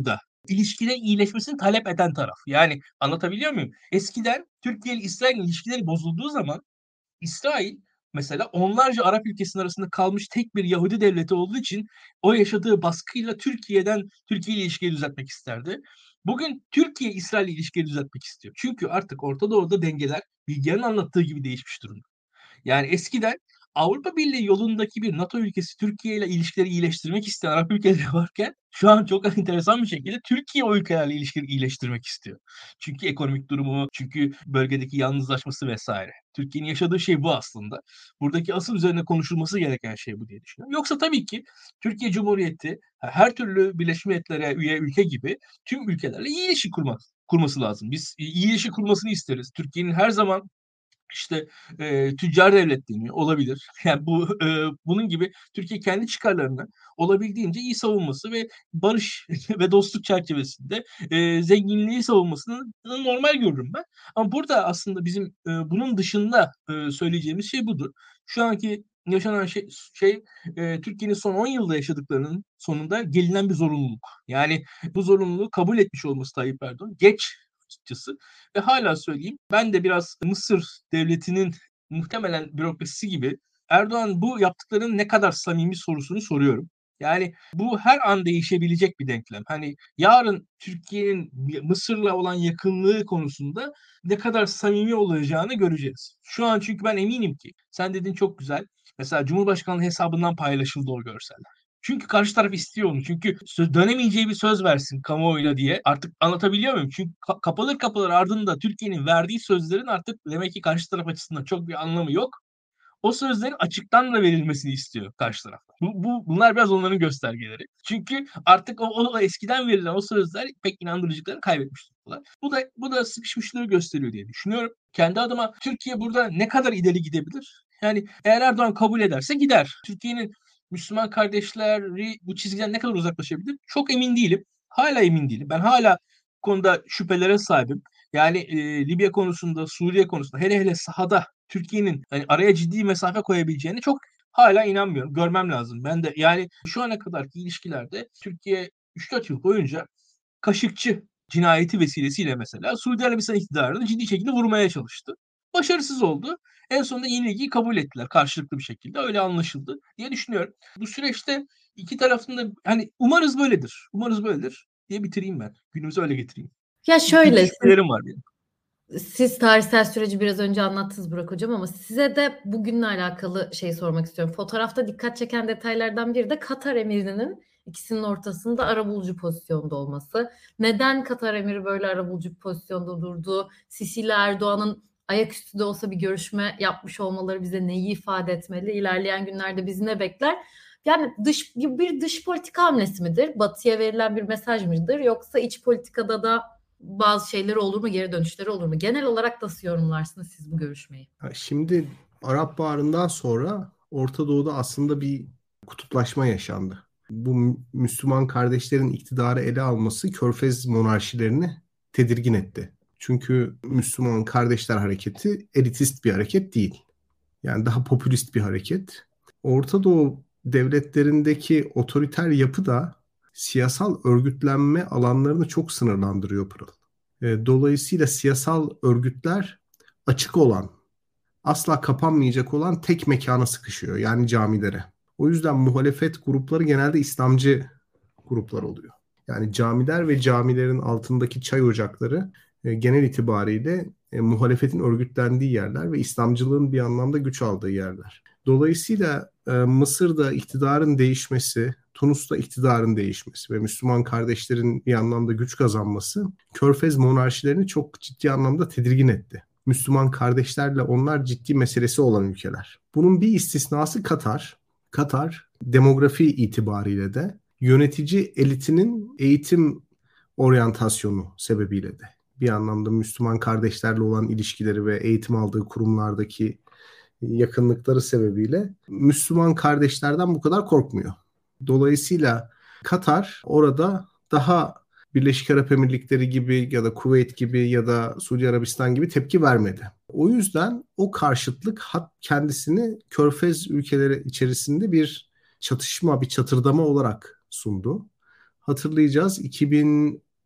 ilişkilerin iyileşmesini talep eden taraf. Yani anlatabiliyor muyum? Eskiden Türkiye ile İsrail ilişkileri bozulduğu zaman İsrail mesela onlarca Arap ülkesinin arasında kalmış tek bir Yahudi devleti olduğu için o yaşadığı baskıyla Türkiye'den Türkiye ile ilişkiyi düzeltmek isterdi. Bugün Türkiye İsrail ile ilişkiyi düzeltmek istiyor. Çünkü artık Orta Doğu'da dengeler Bilgehan'ın anlattığı gibi değişmiş durumda. Yani eskiden Avrupa Birliği yolundaki bir NATO ülkesi Türkiye ile ilişkileri iyileştirmek isteyen Arap ülkeleri varken şu an çok enteresan bir şekilde Türkiye o ülkelerle ilişkileri iyileştirmek istiyor. Çünkü ekonomik durumu, çünkü bölgedeki yalnızlaşması vesaire. Türkiye'nin yaşadığı şey bu aslında. Buradaki asıl üzerine konuşulması gereken şey bu diye düşünüyorum. Yoksa tabii ki Türkiye Cumhuriyeti her türlü Birleşmiş Milletler'e üye ülke gibi tüm ülkelerle iyi ilişki kurmak, kurması lazım. Biz iyi ilişki kurmasını isteriz. Türkiye'nin her zaman işte, eee, tüccar devletliği olabilir. Yani bu, eee, bunun gibi Türkiye kendi çıkarlarını olabildiğince iyi savunması ve barış ve dostluk çerçevesinde, eee, zenginliği savunmasını normal görürüm ben. Ama burada aslında bizim, eee, bunun dışında, eee, söyleyeceğimiz şey budur. Şu anki yaşanan şey şey, eee, Türkiye'nin son on yılda yaşadıklarının sonunda gelinen bir zorunluluk. Yani bu zorunluluğu kabul etmiş olması Tayyip Erdoğan geç açıkçası ve hala söyleyeyim, ben de biraz Mısır devletinin muhtemelen bürokrasisi gibi Erdoğan bu yaptıklarının ne kadar samimi sorusunu soruyorum. Yani bu her an değişebilecek bir denklem. Hani yarın Türkiye'nin Mısır'la olan yakınlığı konusunda ne kadar samimi olacağını göreceğiz. Şu an çünkü ben eminim ki sen dedin çok güzel. Mesela Cumhurbaşkanlığı hesabından paylaşıldı o görseller. Çünkü karşı taraf istiyor onu. Çünkü söz, dönemeyeceği bir söz versin kamuoyuna diye. Artık anlatabiliyor muyum? Çünkü ka- kapılır kapılır ardında Türkiye'nin verdiği sözlerin artık demek ki karşı taraf açısından çok bir anlamı yok. O sözlerin açıktan da verilmesini istiyor karşı tarafta. Bu, bu bunlar biraz onların göstergeleri. Çünkü artık o, o eskiden verilen o sözler pek inandırıcılıklarını kaybetmiş durumdalar. Bu da bu da sıkışmışlığı gösteriyor diye düşünüyorum. Kendi adıma Türkiye burada ne kadar ileri gidebilir? Yani eğer Erdoğan kabul ederse gider. Türkiye'nin Müslüman kardeşleri bu çizgiden ne kadar uzaklaşabilir? Çok emin değilim. Hala emin değilim. Ben hala bu konuda şüphelere sahibim. Yani e, Libya konusunda, Suriye konusunda hele hele sahada Türkiye'nin hani araya ciddi mesafe koyabileceğine çok hala inanmıyorum. Görmem lazım. Ben de yani şu ana kadarki ilişkilerde Türkiye üç dört yıl boyunca Kaşıkçı cinayeti vesilesiyle mesela Suudi Arabistan iktidarını ciddi şekilde vurmaya çalıştı. Başarısız oldu. En sonunda yenilgiyi kabul ettiler karşılıklı bir şekilde. Öyle anlaşıldı diye düşünüyorum. Bu süreçte iki tarafın da hani umarız böyledir. Umarız böyledir diye bitireyim ben. Günümüzü öyle getireyim. Ya şöyle, siz, Şüphelerim var benim. siz tarihsel süreci biraz önce anlattınız Burak Hocam ama size de bugünle alakalı şey sormak istiyorum. Fotoğrafta dikkat çeken detaylardan biri de Katar emirinin ikisinin ortasında arabulucu pozisyonda olması. Neden Katar emiri böyle arabulucu pozisyonda durdu? Sisi ile Erdoğan'ın ayaküstü de olsa bir görüşme yapmış olmaları bize neyi ifade etmeli? İlerleyen günlerde bizi ne bekler? Yani dış bir dış politika hamlesi midir? Batı'ya verilen bir mesaj mıdır? Yoksa iç politikada da bazı şeyleri olur mu, geri dönüşleri olur mu? Genel olarak nasıl yorumlarsınız siz bu görüşmeyi? Şimdi Arap Baharı'ndan sonra Orta Doğu'da aslında bir kutuplaşma yaşandı. Bu Müslüman kardeşlerin iktidarı ele alması Körfez monarşilerini tedirgin etti. Çünkü Müslüman Kardeşler Hareketi elitist bir hareket değil. Yani daha popülist bir hareket. Orta Doğu devletlerindeki otoriter yapı da siyasal örgütlenme alanlarını çok sınırlandırıyor Pırıl. E, Dolayısıyla siyasal örgütler açık olan, asla kapanmayacak olan tek mekana sıkışıyor. Yani camilere. O yüzden muhalefet grupları genelde İslamcı gruplar oluyor. Yani camiler ve camilerin altındaki çay ocakları e, genel itibariyle e, muhalefetin örgütlendiği yerler ve İslamcılığın bir anlamda güç aldığı yerler. Dolayısıyla e, Mısır'da iktidarın değişmesi, Tunus'ta iktidarın değişmesi ve Müslüman kardeşlerin bir anlamda güç kazanması Körfez monarşilerini çok ciddi anlamda tedirgin etti. Müslüman kardeşlerle onlar ciddi meselesi olan ülkeler. Bunun bir istisnası Katar. Katar demografi itibariyle de yönetici elitinin eğitim oryantasyonu sebebiyle de bir anlamda Müslüman kardeşlerle olan ilişkileri ve eğitim aldığı kurumlardaki yakınlıkları sebebiyle Müslüman kardeşlerden bu kadar korkmuyor. Dolayısıyla Katar orada daha Birleşik Arap Emirlikleri gibi ya da Kuveyt gibi ya da Suudi Arabistan gibi tepki vermedi. O yüzden o karşıtlık hat kendisini Körfez ülkeleri içerisinde bir çatışma, bir çatırdama olarak sundu. Hatırlayacağız iki bin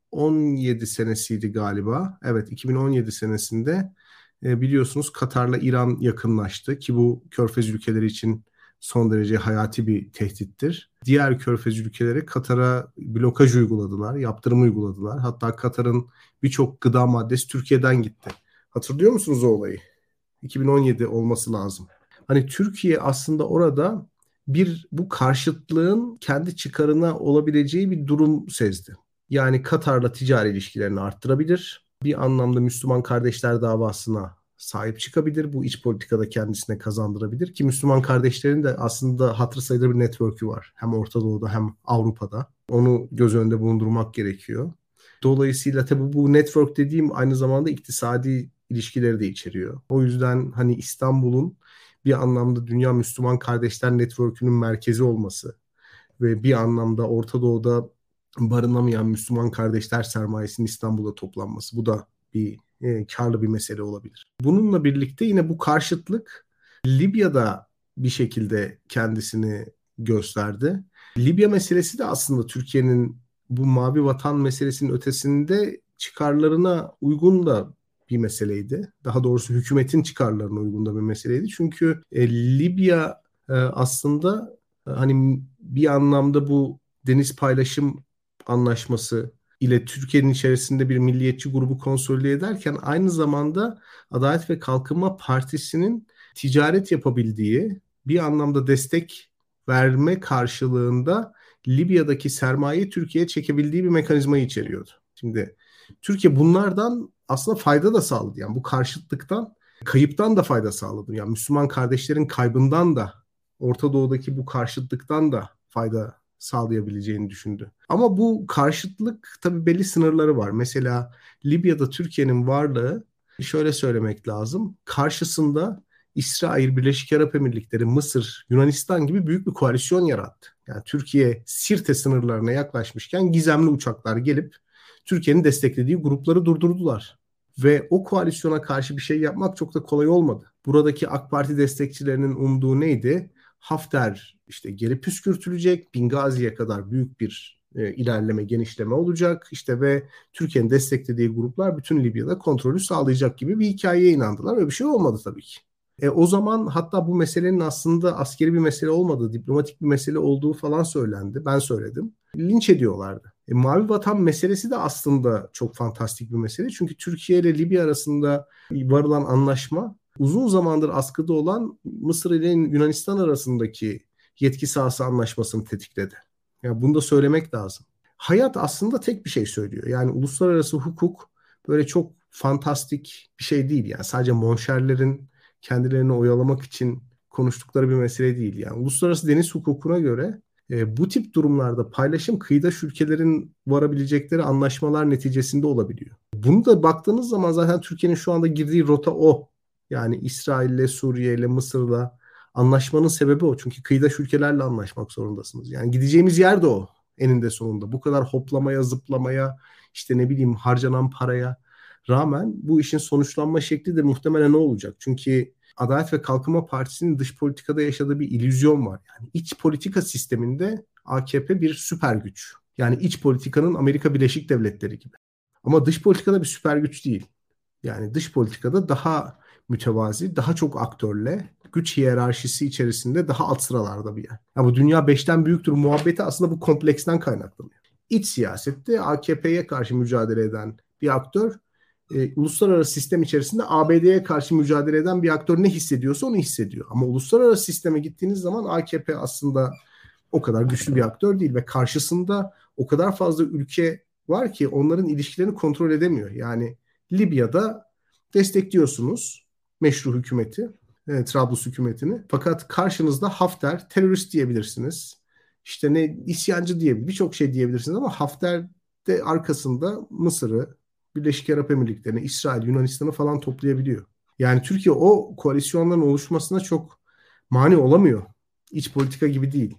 on yedi senesiydi galiba. Evet, iki bin on yedi senesinde e, biliyorsunuz Katar'la İran yakınlaştı ki bu Körfez ülkeleri için son derece hayati bir tehdittir. Diğer Körfez ülkeleri Katar'a blokaj uyguladılar, yaptırım uyguladılar. Hatta Katar'ın birçok gıda maddesi Türkiye'den gitti. Hatırlıyor musunuz o olayı? iki bin on yedi olması lazım. Hani Türkiye aslında orada bir bu karşıtlığın kendi çıkarına olabileceği bir durum sezdi. Yani Katar'la ticari ilişkilerini arttırabilir. Bir anlamda Müslüman kardeşler davasına sahip çıkabilir. Bu iç politikada kendisine kazandırabilir. Ki Müslüman kardeşlerin de aslında hatırı sayılır bir network'ü var. Hem Orta Doğu'da hem Avrupa'da. Onu göz önünde bulundurmak gerekiyor. Dolayısıyla tabii bu network dediğim aynı zamanda iktisadi ilişkileri de içeriyor. O yüzden hani İstanbul'un bir anlamda Dünya Müslüman Kardeşler Network'ünün merkezi olması ve bir anlamda Orta Doğu'da barınamayan Müslüman kardeşler sermayesinin İstanbul'da toplanması. Bu da bir e, karlı bir mesele olabilir. Bununla birlikte yine bu karşıtlık Libya'da bir şekilde kendisini gösterdi. Libya meselesi de aslında Türkiye'nin bu mavi vatan meselesinin ötesinde çıkarlarına uygun da bir meseleydi. Daha doğrusu hükümetin çıkarlarına uygun da bir meseleydi. Çünkü e, Libya e, aslında e, hani bir anlamda bu deniz paylaşım anlaşması ile Türkiye'nin içerisinde bir milliyetçi grubu konsolide ederken aynı zamanda Adalet ve Kalkınma Partisi'nin ticaret yapabildiği bir anlamda destek verme karşılığında Libya'daki sermayeyi Türkiye'ye çekebildiği bir mekanizmayı içeriyordu. Şimdi Türkiye bunlardan aslında fayda da sağladı. Yani bu karşıtlıktan, kayıptan da fayda sağladı. Yani Müslüman kardeşlerin kaybından da, Orta Doğu'daki bu karşıtlıktan da fayda sağlayabileceğini düşündü. Ama bu karşıtlık tabii belli sınırları var. Mesela Libya'da Türkiye'nin varlığı şöyle söylemek lazım. Karşısında İsrail, Birleşik Arap Emirlikleri, Mısır, Yunanistan gibi büyük bir koalisyon yarattı. Yani Türkiye Sirte sınırlarına yaklaşmışken gizemli uçaklar gelip Türkiye'nin desteklediği grupları durdurdular. Ve o koalisyona karşı bir şey yapmak çok da kolay olmadı. Buradaki AK Parti destekçilerinin umduğu neydi? Hafter işte geri püskürtülecek, Bingazi'ye kadar büyük bir e, ilerleme, genişleme olacak. İşte ve Türkiye'nin desteklediği gruplar bütün Libya'da kontrolü sağlayacak gibi bir hikayeye inandılar ve bir şey olmadı tabii ki. E, o zaman hatta bu meselenin aslında askeri bir mesele olmadığı, diplomatik bir mesele olduğu falan söylendi. Ben söyledim. Linç ediyorlardı. E, Mavi Vatan meselesi de aslında çok fantastik bir mesele. Çünkü Türkiye ile Libya arasında varılan anlaşma uzun zamandır askıda olan Mısır ile Yunanistan arasındaki yetki sahası anlaşmasını tetikledi. Yani bunu da söylemek lazım. Hayat aslında tek bir şey söylüyor. Yani uluslararası hukuk böyle çok fantastik bir şey değil. Yani sadece monşerlerin kendilerini oyalamak için konuştukları bir mesele değil. Yani uluslararası deniz hukukuna göre e, bu tip durumlarda paylaşım kıyıdaş ülkelerin varabilecekleri anlaşmalar neticesinde olabiliyor. Bunu da baktığınız zaman zaten Türkiye'nin şu anda girdiği rota o. Yani İsrail'le, Suriye'yle, Mısır'la anlaşmanın sebebi o. Çünkü kıyıdaş ülkelerle anlaşmak zorundasınız. Yani gideceğimiz yer de o eninde sonunda. Bu kadar hoplamaya, zıplamaya, işte ne bileyim harcanan paraya rağmen bu işin sonuçlanma şekli de muhtemelen ne olacak? Çünkü Adalet ve Kalkınma Partisi'nin dış politikada yaşadığı bir illüzyon var. Yani iç politika sisteminde A K P bir süper güç. Yani iç politikanın Amerika Birleşik Devletleri gibi. Ama dış politikada bir süper güç değil. Yani dış politikada daha mütevazi, daha çok aktörle, güç hiyerarşisi içerisinde daha alt sıralarda bir yer. Yani bu dünya beşten büyüktür muhabbeti aslında bu kompleksten kaynaklanıyor. İç siyasette A K P'ye karşı mücadele eden bir aktör, e, uluslararası sistem içerisinde A B D'ye karşı mücadele eden bir aktör ne hissediyorsa onu hissediyor. Ama uluslararası sisteme gittiğiniz zaman A K P aslında o kadar güçlü bir aktör değil ve karşısında o kadar fazla ülke var ki onların ilişkilerini kontrol edemiyor. Yani Libya'da destekliyorsunuz meşru hükümeti, e, Trablus hükümetini. Fakat karşınızda Hafter, terörist diyebilirsiniz. İşte ne isyancı diyebilirsiniz, birçok şey diyebilirsiniz ama Hafter de arkasında Mısır'ı, Birleşik Arap Emirlikleri'ni, İsrail, Yunanistan'ı falan toplayabiliyor. Yani Türkiye o koalisyonların oluşmasına çok mani olamıyor. İç politika gibi değil.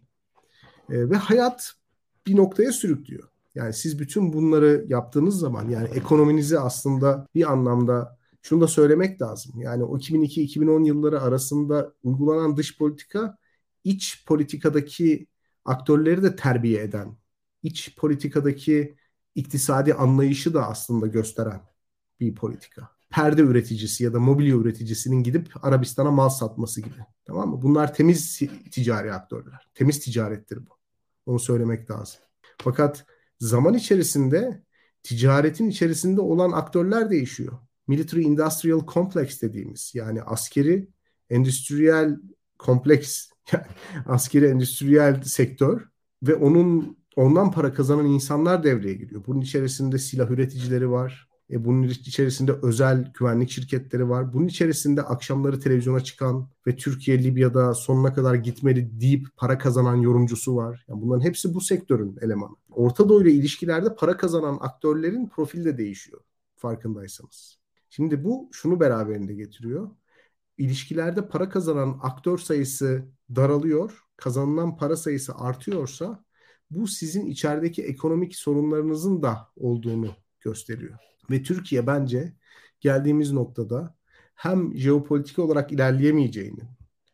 E, ve hayat bir noktaya sürüklüyor. Yani siz bütün bunları yaptığınız zaman yani ekonominizi aslında bir anlamda şunu da söylemek lazım. Yani o iki bin iki iki bin on yılları arasında uygulanan dış politika iç politikadaki aktörleri de terbiye eden, iç politikadaki iktisadi anlayışı da aslında gösteren bir politika. Perde üreticisi ya da mobilya üreticisinin gidip Arabistan'a mal satması gibi. Tamam mı? Bunlar temiz ticari aktörler. Temiz ticarettir bu. Onu söylemek lazım. Fakat zaman içerisinde ticaretin içerisinde olan aktörler değişiyor. Military Industrial Complex dediğimiz, yani askeri endüstriyel kompleks, yani askeri endüstriyel sektör ve onun ondan para kazanan insanlar devreye giriyor. Bunun içerisinde silah üreticileri var. E bunun içerisinde özel güvenlik şirketleri var. Bunun içerisinde akşamları televizyona çıkan ve Türkiye Libya'da sonuna kadar gitmeli deyip para kazanan yorumcusu var. Yani bunların hepsi bu sektörün elemanı. Orta Doğu ile ilişkilerde para kazanan aktörlerin profili de değişiyor, farkındaysanız. Şimdi bu şunu beraberinde getiriyor. İlişkilerde para kazanan aktör sayısı daralıyor, kazanılan para sayısı artıyorsa bu sizin içerideki ekonomik sorunlarınızın da olduğunu gösteriyor. Ve Türkiye bence geldiğimiz noktada hem jeopolitik olarak ilerleyemeyeceğini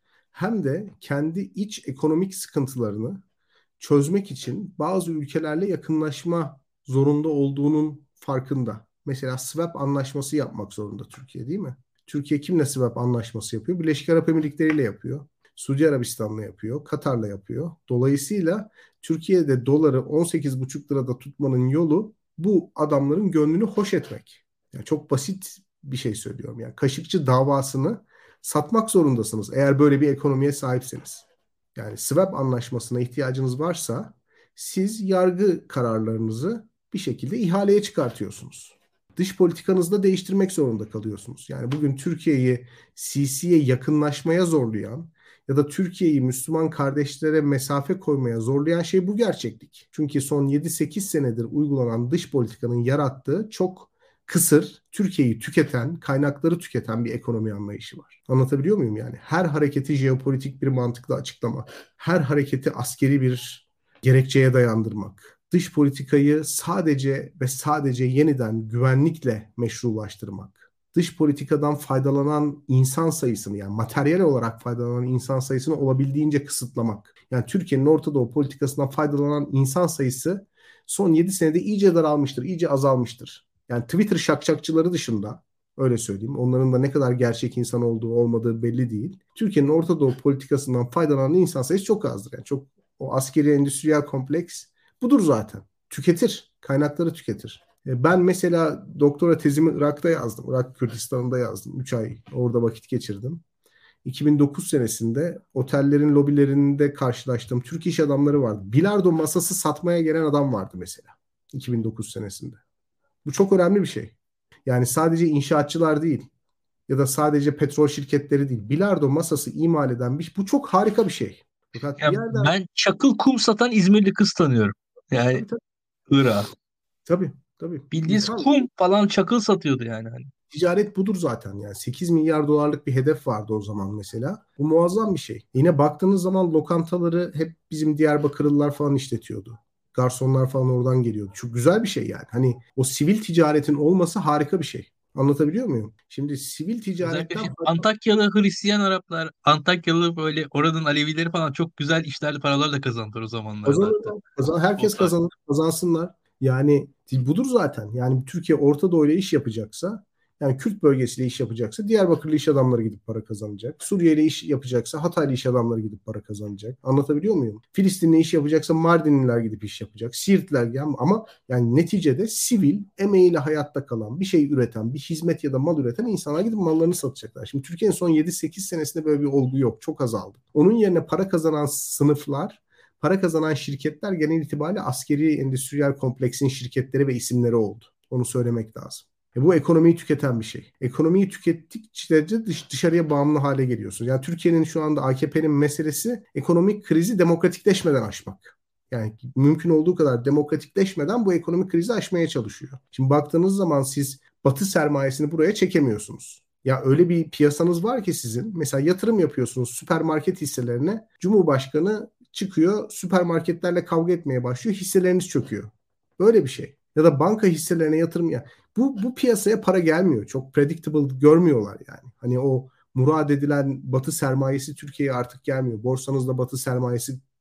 hem de kendi iç ekonomik sıkıntılarını çözmek için bazı ülkelerle yakınlaşma zorunda olduğunun farkında. Mesela swap anlaşması yapmak zorunda Türkiye, değil mi? Türkiye kimle swap anlaşması yapıyor? Birleşik Arap Emirlikleri ile yapıyor. Suudi Arabistan'la yapıyor. Katar'la yapıyor. Dolayısıyla Türkiye'de doları on sekiz buçuk lirada tutmanın yolu bu adamların gönlünü hoş etmek. Yani çok basit bir şey söylüyorum. Yani Kaşıkçı davasını satmak zorundasınız eğer böyle bir ekonomiye sahipseniz. Yani swap anlaşmasına ihtiyacınız varsa siz yargı kararlarınızı bir şekilde ihaleye çıkartıyorsunuz. Dış politikanızı da değiştirmek zorunda kalıyorsunuz. Yani bugün Türkiye'yi Sisi'ye yakınlaşmaya zorlayan ya da Türkiye'yi Müslüman kardeşlere mesafe koymaya zorlayan şey bu gerçeklik. Çünkü son yedi sekiz senedir uygulanan dış politikanın yarattığı çok kısır, Türkiye'yi tüketen, kaynakları tüketen bir ekonomi anlayışı var. Anlatabiliyor muyum yani? Her hareketi jeopolitik bir mantıkla açıklamak, her hareketi askeri bir gerekçeye dayandırmak, dış politikayı sadece ve sadece yeniden güvenlikle meşrulaştırmak, dış politikadan faydalanan insan sayısını, yani materyal olarak faydalanan insan sayısını olabildiğince kısıtlamak. Yani Türkiye'nin Orta Doğu politikasından faydalanan insan sayısı son yedi senede iyice daralmıştır, iyice azalmıştır. Yani Twitter şakşakçıları dışında, öyle söyleyeyim, onların da ne kadar gerçek insan olduğu olmadığı belli değil. Türkiye'nin Orta Doğu politikasından faydalanan insan sayısı çok azdır. Yani çok, o askeri endüstriyel kompleks budur zaten. Tüketir, kaynakları tüketir. Ben mesela doktora tezimi Irak'ta yazdım. Irak Kürdistan'da yazdım. üç ay orada vakit geçirdim. iki bin dokuz senesinde otellerin lobilerinde karşılaştığım Türk iş adamları vardı. Bilardo masası satmaya gelen adam vardı mesela iki bin dokuz senesinde. Bu çok önemli bir şey. Yani sadece inşaatçılar değil ya da sadece petrol şirketleri değil. Bilardo masası imal eden bir, bu çok harika bir şey. Fakat Ya bir yerden ben çakıl kum satan İzmirli kız tanıyorum. Yani tabii tabii Irak'a. tabii tabii. Bildiğiniz İnsan kum falan çakıl satıyordu yani. Hani. ticaret budur zaten yani. sekiz milyar dolarlık bir hedef vardı o zaman mesela. Bu muazzam bir şey. Yine baktığınız zaman lokantaları hep bizim Diyarbakırlılar falan işletiyordu. Garsonlar falan oradan geliyordu. Çok güzel bir şey yani. Hani o sivil ticaretin olması harika bir şey. Anlatabiliyor muyum? Şimdi sivil Özellikle ticaretten şey, Antakyalı Hristiyan Araplar, Antakyalı böyle oranın Alevileri falan çok güzel işlerle paralar da kazandılar o zamanlarda hatta. kazanırlar. Kazan, O herkes tarih. kazanır, kazansınlar. Yani budur zaten. Yani Türkiye Orta Doğu ile iş yapacaksa, yani Kürt bölgesiyle iş yapacaksa Diyarbakırlı iş adamları gidip para kazanacak. Suriye ile iş yapacaksa Hataylı iş adamları gidip para kazanacak. Anlatabiliyor muyum? Filistin'le iş yapacaksa Mardinliler gidip iş yapacak. Siirtliler yani, ama yani neticede sivil, emeğiyle hayatta kalan, bir şey üreten, bir hizmet ya da mal üreten insanlar gidip mallarını satacaklar. Şimdi Türkiye'nin son yedi sekiz senesinde böyle bir olgu yok. Çok azaldı. Onun yerine para kazanan sınıflar, para kazanan şirketler genel itibariyle askeri endüstriyel kompleksin şirketleri ve isimleri oldu. Onu söylemek lazım. E bu ekonomiyi tüketen bir şey. Ekonomiyi tükettikçe dış, dışarıya bağımlı hale geliyorsunuz. Yani Türkiye'nin şu anda A K P'nin meselesi ekonomik krizi demokratikleşmeden aşmak. Yani mümkün olduğu kadar demokratikleşmeden bu ekonomik krizi aşmaya çalışıyor. Şimdi baktığınız zaman siz Batı sermayesini buraya çekemiyorsunuz. Ya öyle bir piyasanız var ki sizin. Mesela yatırım yapıyorsunuz süpermarket hisselerine. Cumhurbaşkanı çıkıyor, süpermarketlerle kavga etmeye başlıyor, hisseleriniz çöküyor. Böyle bir şey. Ya da banka hisselerine yatırım ya. Bu, bu piyasaya para gelmiyor. Çok predictable görmüyorlar yani. Hani o murad edilen Batı sermayesi Türkiye'ye artık gelmiyor. Borsanızda Batı sermayesi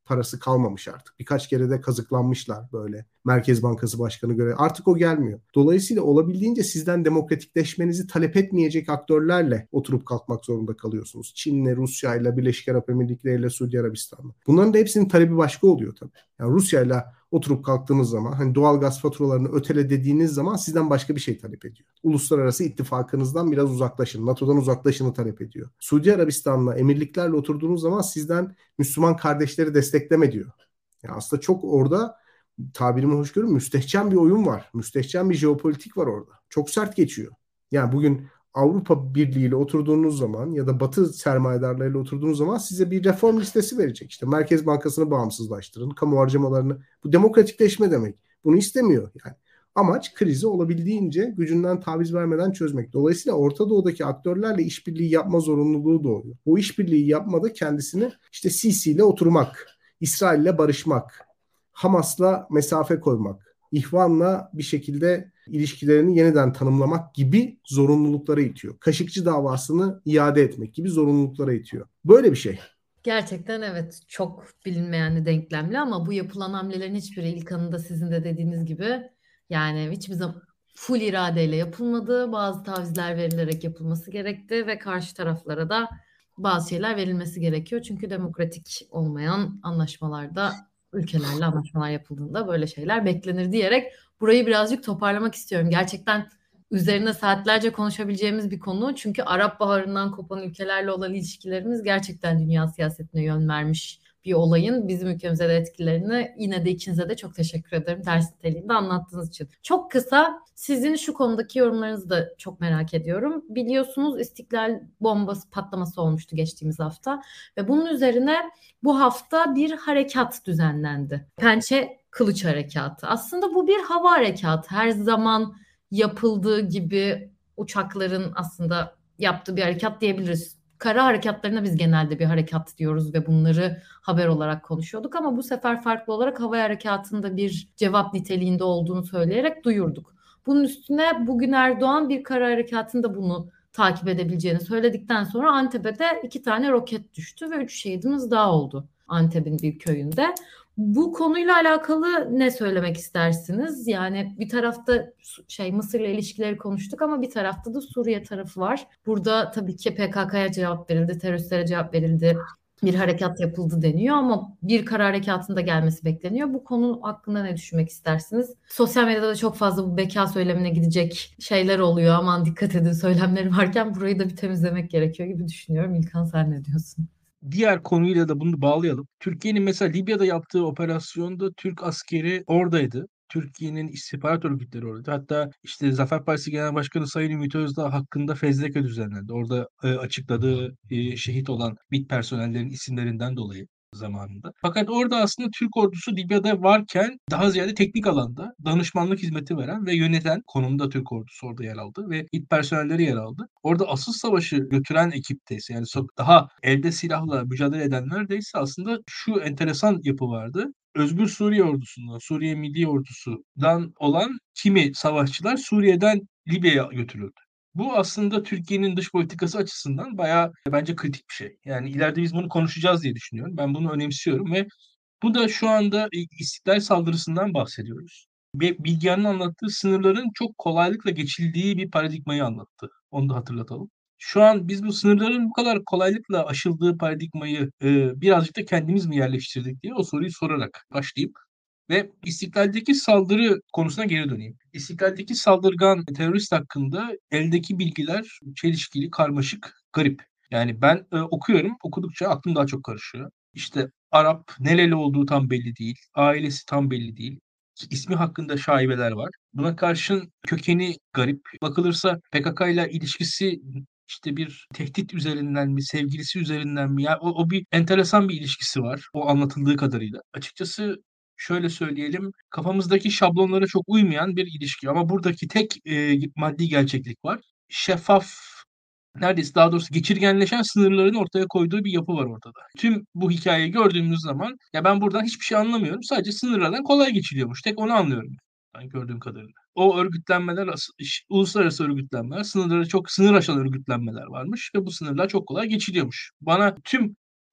parası kalmamış artık. Birkaç kere de kazıklanmışlar böyle Merkez Bankası Başkanı göre. Artık o gelmiyor. Dolayısıyla olabildiğince sizden demokratikleşmenizi talep etmeyecek aktörlerle oturup kalkmak zorunda kalıyorsunuz. Çin'le, Rusya'yla, Birleşik Arap Emirlikleri'yle, Suudi Arabistan'la. Bunların da hepsinin talebi başka oluyor tabii. Yani Rusya'yla oturup kalktığınız zaman hani doğal gaz faturalarını ötele dediğiniz zaman sizden başka bir şey talep ediyor. Uluslararası ittifakınızdan biraz uzaklaşın, NATO'dan uzaklaşını talep ediyor. Suudi Arabistan'la, emirliklerle oturduğunuz zaman sizden Müslüman kardeşleri destekleme diyor. Yani aslında çok orada tabirimi hoş görün müstehcen bir oyun var. Müstehcen bir jeopolitik var orada. Çok sert geçiyor. Yani bugün Avrupa Birliği ile oturduğunuz zaman ya da Batı sermayedarlarıyla oturduğunuz zaman size bir reform listesi verecek. İşte Merkez Bankası'nı bağımsızlaştırın, kamu harcamalarını. Bu demokratikleşme demek. Bunu istemiyor yani. Amaç krizi olabildiğince gücünden taviz vermeden çözmek. Dolayısıyla Orta Doğu'daki aktörlerle işbirliği yapma zorunluluğu doğuyor. O işbirliği yapmada kendisini işte Sisi ile oturmak, İsrail ile barışmak, Hamas'la mesafe koymak, İhvan'la bir şekilde ilişkilerini yeniden tanımlamak gibi zorunluluklara itiyor. Kaşıkçı davasını iade etmek gibi zorunluluklara itiyor. Böyle bir şey. Gerçekten evet, çok bilinmeyenli denklemli ama bu yapılan hamlelerin hiçbiri İlkan'ın da sizin de dediğiniz gibi yani hiçbir zaman full iradeyle yapılmadı. Bazı tavizler verilerek yapılması gerekti ve karşı taraflara da bazı şeyler verilmesi gerekiyor. Çünkü demokratik olmayan anlaşmalarda ülkelerle anlaşmalar yapıldığında böyle şeyler beklenir diyerek burayı birazcık toparlamak istiyorum. Gerçekten üzerine saatlerce konuşabileceğimiz bir konu. Çünkü Arap Baharı'ndan kopan ülkelerle olan ilişkilerimiz gerçekten dünya siyasetine yön vermiş bir olayın bizim ülkemize de etkilerini yine de ikinize de çok teşekkür ederim ders niteliğinde anlattığınız için. Çok kısa sizin şu konudaki yorumlarınızı da çok merak ediyorum. Biliyorsunuz İstiklal bombası patlaması olmuştu geçtiğimiz hafta ve bunun üzerine bu hafta bir harekat düzenlendi. Pençe Kılıç Harekatı. Aslında bu bir hava harekatı. Her zaman yapıldığı gibi uçakların aslında yaptığı bir harekat diyebiliriz. Kara harekatlarına biz genelde bir harekat diyoruz ve bunları haber olarak konuşuyorduk ama bu sefer farklı olarak hava harekatında bir cevap niteliğinde olduğunu söyleyerek duyurduk. Bunun üstüne bugün Erdoğan bir kara harekatında bunu takip edebileceğini söyledikten sonra Antep'e de iki tane roket düştü ve üç şehidimiz daha oldu Antep'in bir köyünde. Bu konuyla alakalı ne söylemek istersiniz? Yani bir tarafta şey Mısır'la ilişkileri konuştuk ama bir tarafta da Suriye tarafı var. Burada tabii ki P K K'ya cevap verildi, teröristlere cevap verildi, bir harekat yapıldı deniyor ama bir kara harekatında gelmesi bekleniyor. Bu konu hakkında ne düşünmek istersiniz? Sosyal medyada da çok fazla bu beka söylemine gidecek şeyler oluyor. Aman dikkat edin söylemleri varken burayı da bir temizlemek gerekiyor gibi düşünüyorum. İlkan sen ne diyorsun? Diğer konuyla da bunu bağlayalım. Türkiye'nin mesela Libya'da yaptığı operasyonda Türk askeri oradaydı. Türkiye'nin istihbarat örgütleri oradaydı. Hatta işte Zafer Partisi Genel Başkanı Sayın Ümit Özdağ hakkında fezleke düzenlendi. Orada e, açıkladığı e, şehit olan MİT personellerin isimlerinden dolayı zamanında. Fakat orada aslında Türk ordusu Libya'da varken daha ziyade teknik alanda danışmanlık hizmeti veren ve yöneten konumda Türk ordusu orada yer aldı ve MİT personelleri yer aldı. Orada asıl savaşı götüren ekipteyse yani daha elde silahla mücadele edenler de ise aslında şu enteresan yapı vardı. Özgür Suriye Ordusu'ndan, Suriye Milli Ordusu'dan olan kimi savaşçılar Suriye'den Libya'ya götürüldü. Bu aslında Türkiye'nin dış politikası açısından bayağı bence kritik bir şey. Yani ileride biz bunu konuşacağız diye düşünüyorum. Ben bunu önemsiyorum ve bu da şu anda İstiklal saldırısından bahsediyoruz. Ve Bilgehan'ın anlattığı sınırların çok kolaylıkla geçildiği bir paradigmayı anlattı. Onu da hatırlatalım. Şu an biz bu sınırların bu kadar kolaylıkla aşıldığı paradigmayı e, birazcık da kendimiz mi yerleştirdik diye o soruyu sorarak başlayıp ve İstiklal'deki saldırı konusuna geri döneyim. İstiklal'deki saldırgan terörist hakkında eldeki bilgiler çelişkili, karmaşık, garip. Yani ben e, okuyorum, okudukça aklım daha çok karışıyor. İşte Arap, nereli olduğu tam belli değil, ailesi tam belli değil. İsmi hakkında şaibeler var. Buna karşın kökeni garip. Bakılırsa P K K ile ilişkisi işte bir tehdit üzerinden mi, sevgilisi üzerinden mi? Yani o, o bir enteresan bir ilişkisi var. O anlatıldığı kadarıyla. Açıkçası şöyle söyleyelim, kafamızdaki şablonlara çok uymayan bir ilişki. Ama buradaki tek e, maddi gerçeklik var. Şeffaf, neredeyse daha doğrusu geçirgenleşen sınırların ortaya koyduğu bir yapı var ortada. Tüm bu hikayeyi gördüğümüz zaman ya ben buradan hiçbir şey anlamıyorum. Sadece sınırlardan kolay geçiliyormuş. Tek onu anlıyorum ben gördüğüm kadarıyla. O örgütlenmeler, uluslararası örgütlenmeler, sınırları çok sınır aşan örgütlenmeler varmış ve bu sınırlar çok kolay geçiliyormuş. Bana tüm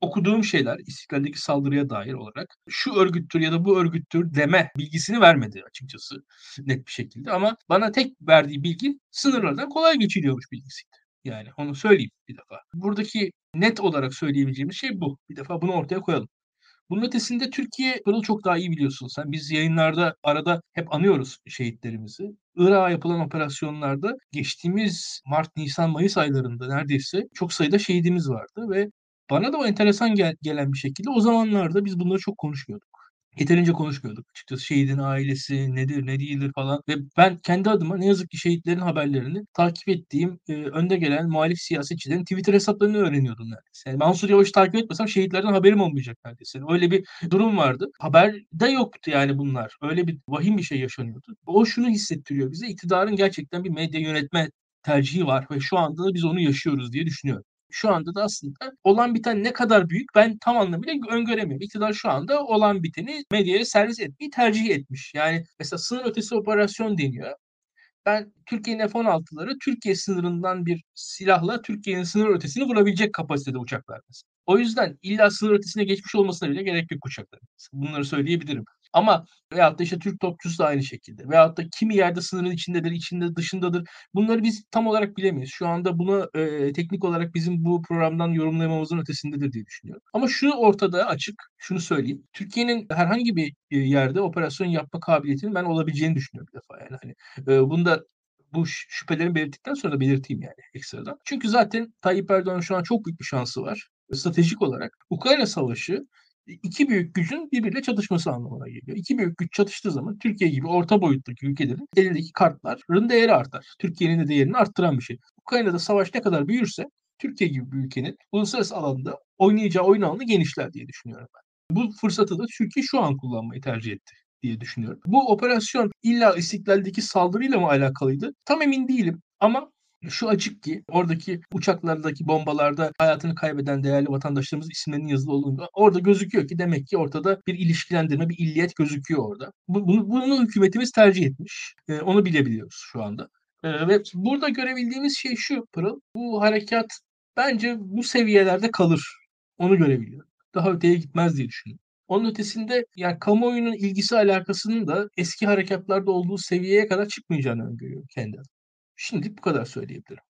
okuduğum şeyler İstiklal'deki saldırıya dair olarak şu örgüttür ya da bu örgüttür deme bilgisini vermedi açıkçası net bir şekilde. Ama bana tek verdiği bilgi sınırlardan kolay geçiliyormuş bilgisiydi. Yani onu söyleyeyim bir defa. Buradaki net olarak söyleyebileceğimiz şey bu. Bir defa bunu ortaya koyalım. Bunun ötesinde Türkiye, Pırıl çok daha iyi biliyorsun sen. Biz yayınlarda arada hep anıyoruz şehitlerimizi. Irak'a yapılan operasyonlarda geçtiğimiz Mart, Nisan, Mayıs aylarında neredeyse çok sayıda şehidimiz vardı ve bana da o enteresan gel- gelen bir şekilde o zamanlarda biz bunları çok konuşmuyorduk. Yeterince konuşmuyorduk açıkçası. Şehidin ailesi nedir, ne değildir falan. Ve ben kendi adıma ne yazık ki şehitlerin haberlerini takip ettiğim e, önde gelen muhalif siyasetçilerin Twitter hesaplarını öğreniyordum neredeyse. Yani Mansur Yavaş'ı takip etmesem şehitlerden haberim olmayacak neredeyse. Öyle bir durum vardı. Haberde yoktu yani bunlar. Öyle bir vahim bir şey yaşanıyordu. O şunu hissettiriyor bize. İktidarın gerçekten bir medya yönetme tercihi var ve şu anda da biz onu yaşıyoruz diye düşünüyorum. Şu anda da aslında olan biten ne kadar büyük ben tam anlamıyla öngöremiyorum. İktidar şu anda olan biteni medyaya servis etmeyi tercih etmiş. Yani mesela sınır ötesi operasyon deniyor. Ben Türkiye'nin F on altıları Türkiye sınırından bir silahla Türkiye'nin sınır ötesini vurabilecek kapasitede uçaklar mesela. O yüzden illa sınır ötesine geçmiş olmasına bile gerek yok uçakların. Bunları söyleyebilirim. Ama veyahut da işte Türk topçusu da aynı şekilde. Veyahut da kimi yerde sınırın içindedir, içinde dışındadır. Bunları biz tam olarak bilemeyiz. Şu anda bunu e, teknik olarak bizim bu programdan yorumlamamızın ötesindedir diye düşünüyorum. Ama şu ortada açık, şunu söyleyeyim. Türkiye'nin herhangi bir e, yerde operasyon yapma kabiliyetinin ben olabileceğini düşünüyorum bir defa. Yani hani e, bunda bu şüphelerimi belirttikten sonra da belirteyim yani ekstradan. Çünkü zaten Tayyip Erdoğan'ın şu an çok büyük bir şansı var. Stratejik olarak Ukrayna Savaşı iki büyük gücün birbiriyle çatışması anlamına geliyor. İki büyük güç çatıştığı zaman Türkiye gibi orta boyuttaki ülkelerin elindeki kartların değeri artar. Türkiye'nin de değerini arttıran bir şey. Ukrayna'da savaş ne kadar büyürse Türkiye gibi bir ülkenin uluslararası alanda oynayacağı oyun alanı genişler diye düşünüyorum ben. Bu fırsatı da Türkiye şu an kullanmayı tercih etti diye düşünüyorum. Bu operasyon illa İstiklal'deki saldırıyla mı alakalıydı? Tam emin değilim ama şu açık ki oradaki uçaklardaki bombalarda hayatını kaybeden değerli vatandaşlarımız isimlerinin yazılı olduğunda orada gözüküyor ki demek ki ortada bir ilişkilendirme, bir illiyet gözüküyor orada. Bu, bunu, bunu hükümetimiz tercih etmiş. Ee, onu bilebiliyoruz şu anda. Ee, ve burada görebildiğimiz şey şu Pırıl. Bu harekat bence bu seviyelerde kalır. Onu görebiliyorum. Daha öteye gitmez diye düşünüyorum. Onun ötesinde yani kamuoyunun ilgisi alakasının da eski harekatlarda olduğu seviyeye kadar çıkmayacağını öngörüyorum kendi adıma. Şimdilik bu kadar söyleyebilirim.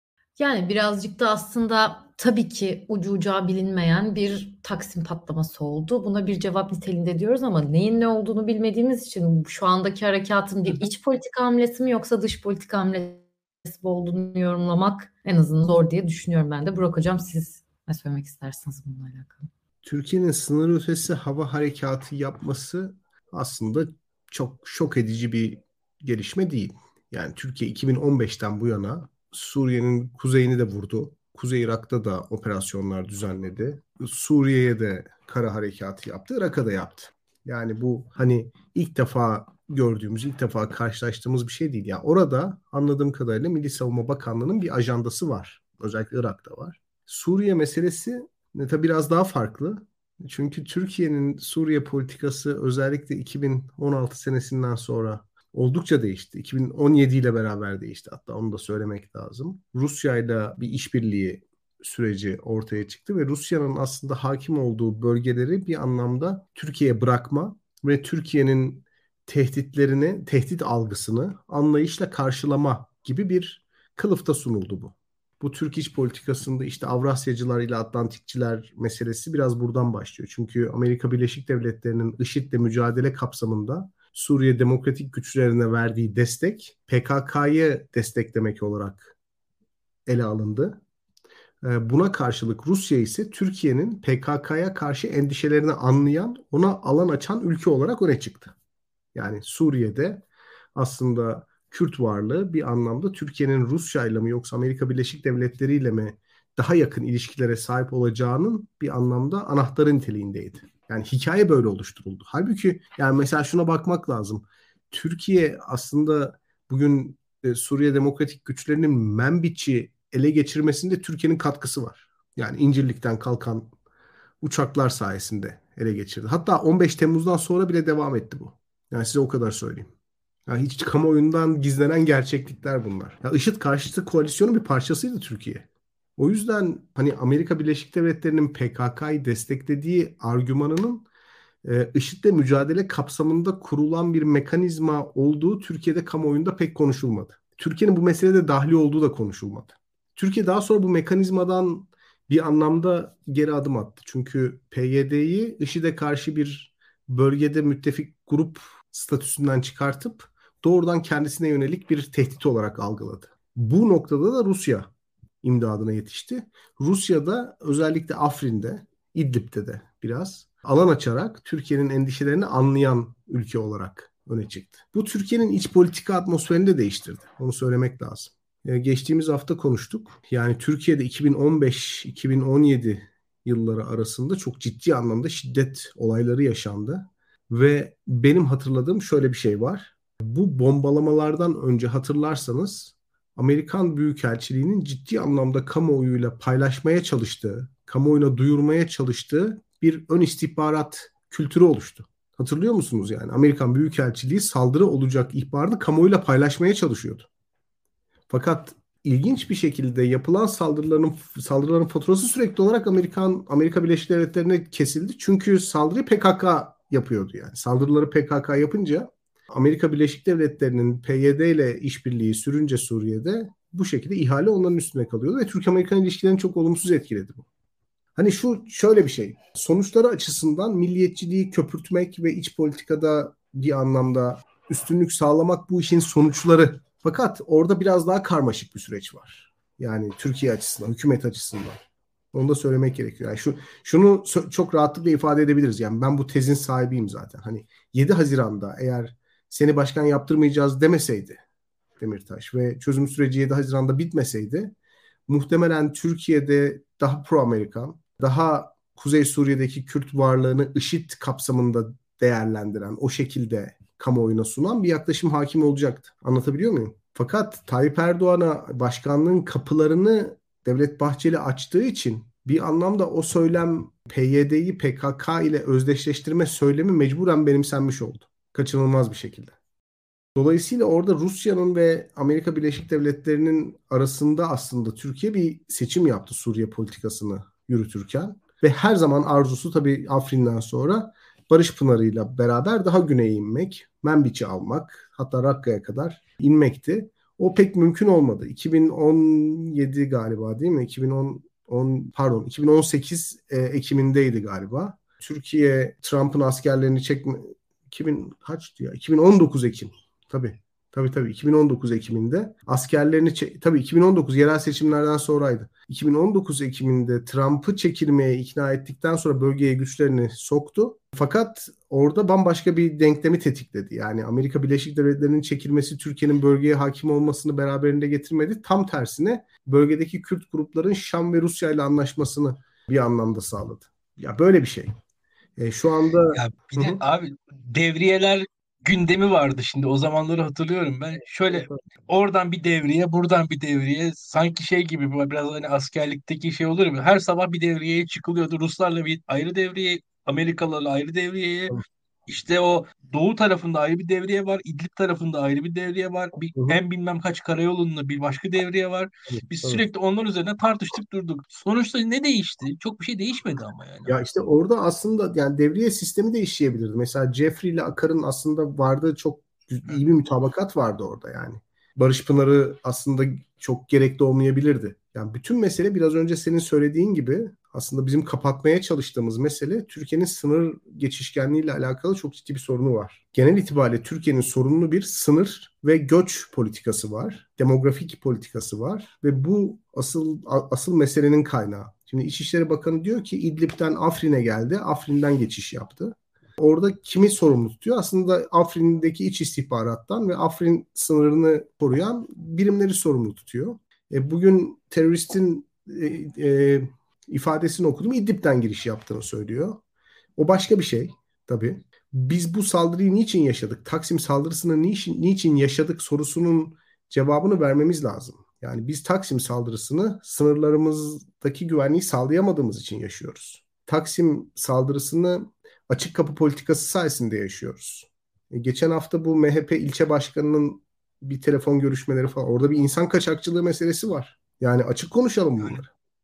Yani birazcık da aslında tabii ki ucu ucağı bilinmeyen bir Taksim patlaması oldu. Buna bir cevap niteliğinde diyoruz ama neyin ne olduğunu bilmediğimiz için şu andaki harekatın bir iç politika hamlesi mi yoksa dış politika hamlesi mi olduğunu yorumlamak en azından zor diye düşünüyorum ben de. Burak Hocam siz ne söylemek istersiniz bununla alakalı? Türkiye'nin sınır ötesi hava harekatı yapması aslında çok şok edici bir gelişme değil. Yani Türkiye iki bin on beşten bu yana Suriye'nin kuzeyini de vurdu. Kuzey Irak'ta da operasyonlar düzenledi. Suriye'ye de kara harekatı yaptı, Irak'a da yaptı. Yani bu hani ilk defa gördüğümüz, ilk defa karşılaştığımız bir şey değil. Yani orada anladığım kadarıyla Milli Savunma Bakanlığı'nın bir ajandası var. Özellikle Irak'ta var. Suriye meselesi ne tabii biraz daha farklı. Çünkü Türkiye'nin Suriye politikası özellikle iki bin on altı senesinden sonra oldukça değişti. iki bin on yedi ile beraber değişti. Hatta onu da söylemek lazım. Rusya ile bir işbirliği süreci ortaya çıktı ve Rusya'nın aslında hakim olduğu bölgeleri bir anlamda Türkiye'ye bırakma ve Türkiye'nin tehditlerini, tehdit algısını anlayışla karşılama gibi bir kılıfta sunuldu bu. Bu Türk iç politikasında işte Avrasyacılar ile Atlantikçiler meselesi biraz buradan başlıyor. Çünkü Amerika Birleşik Devletleri'nin IŞİD'le mücadele kapsamında Suriye demokratik güçlerine verdiği destek P K K'yı desteklemek olarak ele alındı. Buna karşılık Rusya ise Türkiye'nin P K K'ya karşı endişelerini anlayan, ona alan açan ülke olarak öne çıktı. Yani Suriye'de aslında Kürt varlığı bir anlamda Türkiye'nin Rusya ile mi yoksa Amerika Birleşik Devletleri ile mi daha yakın ilişkilere sahip olacağının bir anlamda anahtarı niteliğindeydi. Yani hikaye böyle oluşturuldu. Halbuki yani mesela şuna bakmak lazım. Türkiye aslında bugün e, Suriye Demokratik Güçlerinin Menbiç'i ele geçirmesinde Türkiye'nin katkısı var. Yani İncirlik'ten kalkan uçaklar sayesinde ele geçirdi. Hatta on beş Temmuz'dan sonra bile devam etti bu. Yani size o kadar söyleyeyim. Yani hiç kamuoyundan gizlenen gerçeklikler bunlar. Ya IŞİD karşıtı koalisyonun bir parçasıydı Türkiye. O yüzden hani Amerika Birleşik Devletleri'nin P K K'yı desteklediği argümanının e, IŞİD'le mücadele kapsamında kurulan bir mekanizma olduğu Türkiye'de kamuoyunda pek konuşulmadı. Türkiye'nin bu meselede dahli olduğu da konuşulmadı. Türkiye daha sonra bu mekanizmadan bir anlamda geri adım attı. Çünkü P Y D'yi IŞİD'e karşı bir bölgede müttefik grup statüsünden çıkartıp doğrudan kendisine yönelik bir tehdit olarak algıladı. Bu noktada da Rusya imdadına yetişti. Rusya'da özellikle Afrin'de, İdlib'de de biraz alan açarak Türkiye'nin endişelerini anlayan ülke olarak öne çıktı. Bu Türkiye'nin iç politika atmosferini de değiştirdi. Onu söylemek lazım. Ee, geçtiğimiz hafta konuştuk. Yani Türkiye'de iki bin on beş iki bin on yedi yılları arasında çok ciddi anlamda şiddet olayları yaşandı. Ve benim hatırladığım şöyle bir şey var. Bu bombalamalardan önce hatırlarsanız Amerikan Büyükelçiliği'nin ciddi anlamda kamuoyuyla paylaşmaya çalıştığı, kamuoyuna duyurmaya çalıştığı bir ön istihbarat kültürü oluştu. Hatırlıyor musunuz yani? Amerikan Büyükelçiliği saldırı olacak ihbarını kamuoyuyla paylaşmaya çalışıyordu. Fakat ilginç bir şekilde yapılan saldırıların saldırıların faturası sürekli olarak Amerikan Amerika Birleşik Devletleri'ne kesildi. Çünkü saldırıyı P K K yapıyordu yani. Saldırıları P K K yapınca Amerika Birleşik Devletleri'nin P Y D ile işbirliği sürünce Suriye'de bu şekilde ihale onların üstüne kalıyordu ve Türk-Amerikan ilişkilerini çok olumsuz etkiledi bu. Hani şu şöyle bir şey. Sonuçları açısından milliyetçiliği köpürtmek ve iç politikada bir anlamda üstünlük sağlamak bu işin sonuçları. Fakat orada biraz daha karmaşık bir süreç var. Yani Türkiye açısından, hükümet açısından. Onu da söylemek gerekiyor. Yani şu şunu çok rahatlıkla ifade edebiliriz. Yani ben bu tezin sahibiyim zaten. Hani yedi Haziran'da eğer seni başkan yaptırmayacağız demeseydi Demirtaş ve çözüm süreci yedi Haziran'da bitmeseydi muhtemelen Türkiye'de daha pro-Amerikan, daha Kuzey Suriye'deki Kürt varlığını IŞİD kapsamında değerlendiren, o şekilde kamuoyuna sunan bir yaklaşım hakim olacaktı. Anlatabiliyor muyum? Fakat Tayyip Erdoğan'a başkanlığın kapılarını Devlet Bahçeli açtığı için bir anlamda o söylem P Y D'yi P K K ile özdeşleştirme söylemi mecburen benimsenmiş oldu. Kaçınılmaz bir şekilde. Dolayısıyla orada Rusya'nın ve Amerika Birleşik Devletleri'nin arasında aslında Türkiye bir seçim yaptı Suriye politikasını yürütürken. Ve her zaman arzusu tabii Afrin'den sonra Barış Pınarı'yla beraber daha güneye inmek, Menbiç'i almak, hatta Rakka'ya kadar inmekti. O pek mümkün olmadı. iki bin on yedi galiba değil mi? iki bin on, on pardon iki bin on sekiz e, Ekim'indeydi galiba. Türkiye Trump'ın askerlerini çekme iki bin kaçtı ya? iki bin on dokuz Ekim. Tabii. Tabii tabii iki bin on dokuz Ekim'inde askerlerini çek- tabii iki bin on dokuz yerel seçimlerden sonraydı. iki bin on dokuz Ekim'inde Trump'ı çekilmeye ikna ettikten sonra bölgeye güçlerini soktu. Fakat orada bambaşka bir denklemi tetikledi. Yani Amerika Birleşik Devletleri'nin çekilmesi Türkiye'nin bölgeye hakim olmasını beraberinde getirmedi. Tam tersine bölgedeki Kürt grupların Şam ve Rusya ile anlaşmasını bir anlamda sağladı. Ya böyle bir şey. E, şu anda Ya bir hı de hı. abi devriyeler gündemi vardı şimdi. O zamanları hatırlıyorum ben. Şöyle oradan bir devriye, buradan bir devriye. Sanki şey gibi bu biraz hani askerlikteki şey olur mu? Her sabah bir devriyeye çıkılıyordu. Ruslarla bir ayrı devriye, Amerikalılarla ayrı devriyeye. İşte o doğu tarafında ayrı bir devriye var. İdlib tarafında ayrı bir devriye var. Bir Hı hı. en bilmem kaç karayolunda bir başka devriye var. Tabii, Biz tabii. sürekli onlar üzerine tartıştık durduk. Sonuçta ne değişti? Çok bir şey değişmedi ama yani. Ya işte orada aslında yani devriye sistemi de işleyebilirdi. Mesela Jeffrey ile Akar'ın aslında vardığı çok iyi bir mütabakat vardı orada yani. Barış Pınarı aslında çok gerekli olmayabilirdi. Yani bütün mesele biraz önce senin söylediğin gibi aslında bizim kapatmaya çalıştığımız mesele Türkiye'nin sınır geçişkenliği ile alakalı çok ciddi bir sorunu var. Genel itibariyle Türkiye'nin sorunlu bir sınır ve göç politikası var. Demografik politikası var ve bu asıl asıl meselenin kaynağı. Şimdi İçişleri Bakanı diyor ki İdlib'den Afrin'e geldi. Afrin'den geçiş yaptı. Orada kimi sorumlu tutuyor? Aslında Afrin'deki iç istihbarattan ve Afrin sınırını koruyan birimleri sorumlu tutuyor. E, bugün teröristin e, e, ifadesini okudum. İdlib'den giriş yaptığını söylüyor. O başka bir şey tabii. Biz bu saldırıyı niçin yaşadık? Taksim saldırısını niçin, niçin yaşadık sorusunun cevabını vermemiz lazım. Yani biz Taksim saldırısını sınırlarımızdaki güvenliği sağlayamadığımız için yaşıyoruz. Taksim saldırısını açık kapı politikası sayesinde yaşıyoruz. E, geçen hafta bu M H P ilçe başkanının bir telefon görüşmeleri falan. Orada bir insan kaçakçılığı meselesi var. Yani açık konuşalım bunları.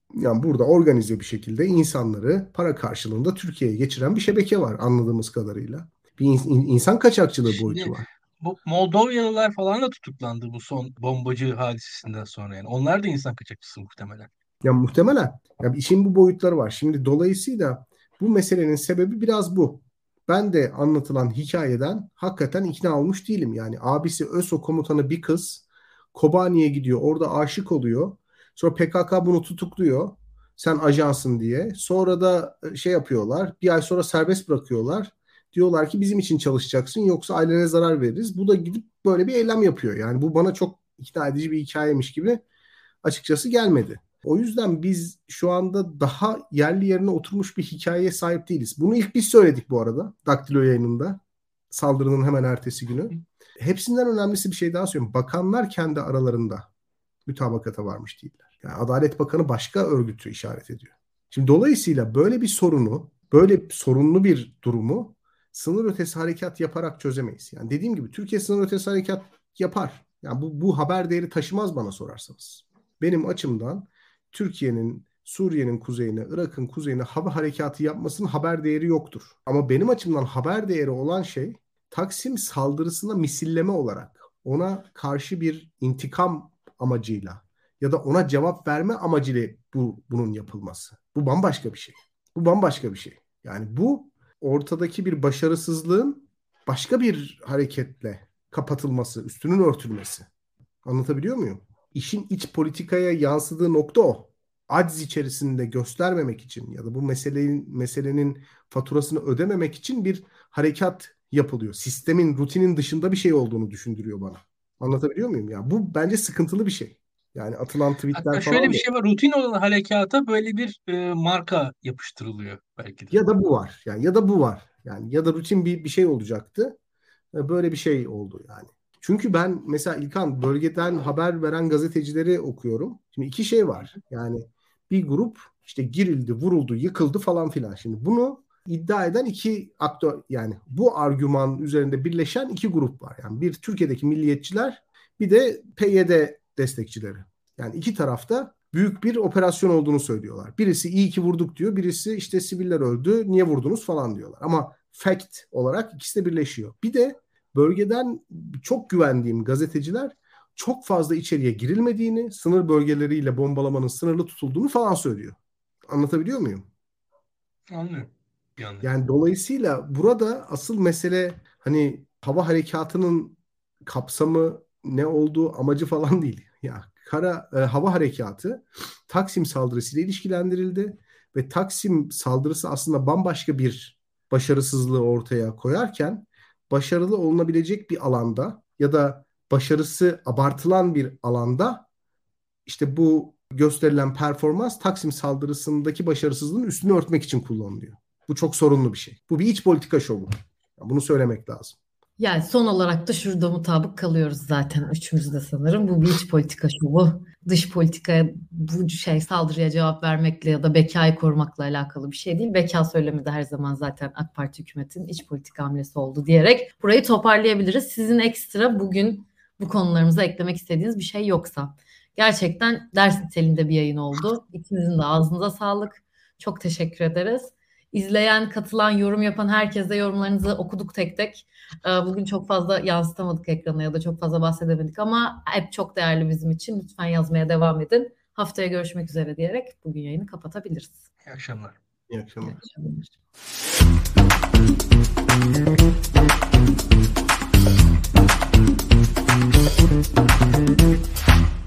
Yani burada organize bir şekilde insanları para karşılığında Türkiye'ye geçiren bir şebeke var anladığımız kadarıyla. Bir in- insan kaçakçılığı boyutu Şimdi var. bu Moldovyalılar falan da tutuklandı bu son bombacı hadisesinden sonra yani. Onlar da insan kaçakçısı muhtemelen. Ya muhtemelen. Ya işin bu boyutları var. Şimdi dolayısıyla bu meselenin sebebi biraz bu. Ben de anlatılan hikayeden hakikaten ikna olmuş değilim. Yani abisi ÖSO komutanı bir kız Kobani'ye gidiyor. Orada aşık oluyor. Sonra P K K bunu tutukluyor. Sen ajansın diye. Sonra da şey yapıyorlar. Bir ay sonra serbest bırakıyorlar. Diyorlar ki bizim için çalışacaksın yoksa ailene zarar veririz. Bu da gidip böyle bir eylem yapıyor. Yani bu bana çok ikna edici bir hikayemiş gibi açıkçası gelmedi. O yüzden biz şu anda daha yerli yerine oturmuş bir hikayeye sahip değiliz. Bunu ilk biz söyledik bu arada. Daktilo yayınında. Saldırının hemen ertesi günü. Hepsinden önemlisi bir şey daha söyleyeyim. Bakanlar kendi aralarında mütabakata varmış değiller. Yani Adalet Bakanı başka örgütü işaret ediyor. Şimdi dolayısıyla böyle bir sorunu, böyle sorunlu bir durumu sınır ötesi harekat yaparak çözemeyiz. Yani dediğim gibi Türkiye sınır ötesi harekat yapar. Yani bu, bu haber değeri taşımaz bana sorarsanız. Benim açımdan Türkiye'nin Suriye'nin kuzeyine, Irak'ın kuzeyine hava harekatı yapmasının haber değeri yoktur. Ama benim açımdan haber değeri olan şey Taksim saldırısına misilleme olarak ona karşı bir intikam amacıyla ya da ona cevap verme amacıyla bu bunun yapılması. Bu bambaşka bir şey. Bu bambaşka bir şey. Yani bu ortadaki bir başarısızlığın başka bir hareketle kapatılması, üstünün örtülmesi. Anlatabiliyor muyum? İşin iç politikaya yansıdığı nokta o. Aciz içerisinde göstermemek için ya da bu meselenin meselenin faturasını ödememek için bir harekat yapılıyor. Sistemin, rutinin dışında bir şey olduğunu düşündürüyor bana. Anlatabiliyor muyum ya? Bu bence sıkıntılı bir şey. Yani atılan tweetler Hatta falan şöyle bir da. şey var. Rutin olan harekata böyle bir e, marka yapıştırılıyor belki de. Ya da bu var. Yani ya da bu var. Yani ya da rutin bir bir şey olacaktı. Böyle bir şey oldu yani. Çünkü ben mesela İlkan bölgeden haber veren gazetecileri okuyorum. Şimdi iki şey var. Yani bir grup işte girildi, vuruldu, yıkıldı falan filan. Şimdi bunu iddia eden iki aktör, yani bu argüman üzerinde birleşen iki grup var. Yani bir Türkiye'deki milliyetçiler, bir de P Y D destekçileri. Yani iki tarafta büyük bir operasyon olduğunu söylüyorlar. Birisi iyi ki vurduk diyor, birisi işte siviller öldü, niye vurdunuz falan diyorlar. Ama fact olarak ikisi de birleşiyor. Bir de bölgeden çok güvendiğim gazeteciler çok fazla içeriye girilmediğini, sınır bölgeleriyle bombalamanın sınırlı tutulduğunu falan söylüyor. Anlatabiliyor muyum? Anlıyorum. Yani dolayısıyla burada asıl mesele hani hava harekatının kapsamı ne olduğu, amacı falan değil. Ya kara e, hava harekatı Taksim saldırısıyla ilişkilendirildi ve Taksim saldırısı aslında bambaşka bir başarısızlığı ortaya koyarken başarılı olunabilecek bir alanda ya da başarısı abartılan bir alanda işte bu gösterilen performans Taksim saldırısındaki başarısızlığın üstünü örtmek için kullanılıyor. Bu çok sorunlu bir şey. Bu bir iç politika şovu. Bunu söylemek lazım. Yani son olarak da şurada mutabık kalıyoruz zaten üçümüz de sanırım. Bu bir iç politika şovu. Dış politikaya bu şey saldırıya cevap vermekle ya da bekayı korumakla alakalı bir şey değil. Beka söylemi de her zaman zaten AK Parti hükümetinin iç politika hamlesi oldu diyerek burayı toparlayabiliriz. Sizin ekstra bugün bu konularımıza eklemek istediğiniz bir şey yoksa. Gerçekten ders niteliğinde bir yayın oldu. İkinizin de ağzınıza sağlık. Çok teşekkür ederiz. İzleyen, katılan, yorum yapan herkese yorumlarınızı okuduk tek tek. Bugün çok fazla yansıtamadık ekrana ya da çok fazla bahsedemedik ama hep çok değerli bizim için. Lütfen yazmaya devam edin. Haftaya görüşmek üzere diyerek bugün yayını kapatabiliriz. İyi akşamlar. İyi akşamlar. İyi akşamlar.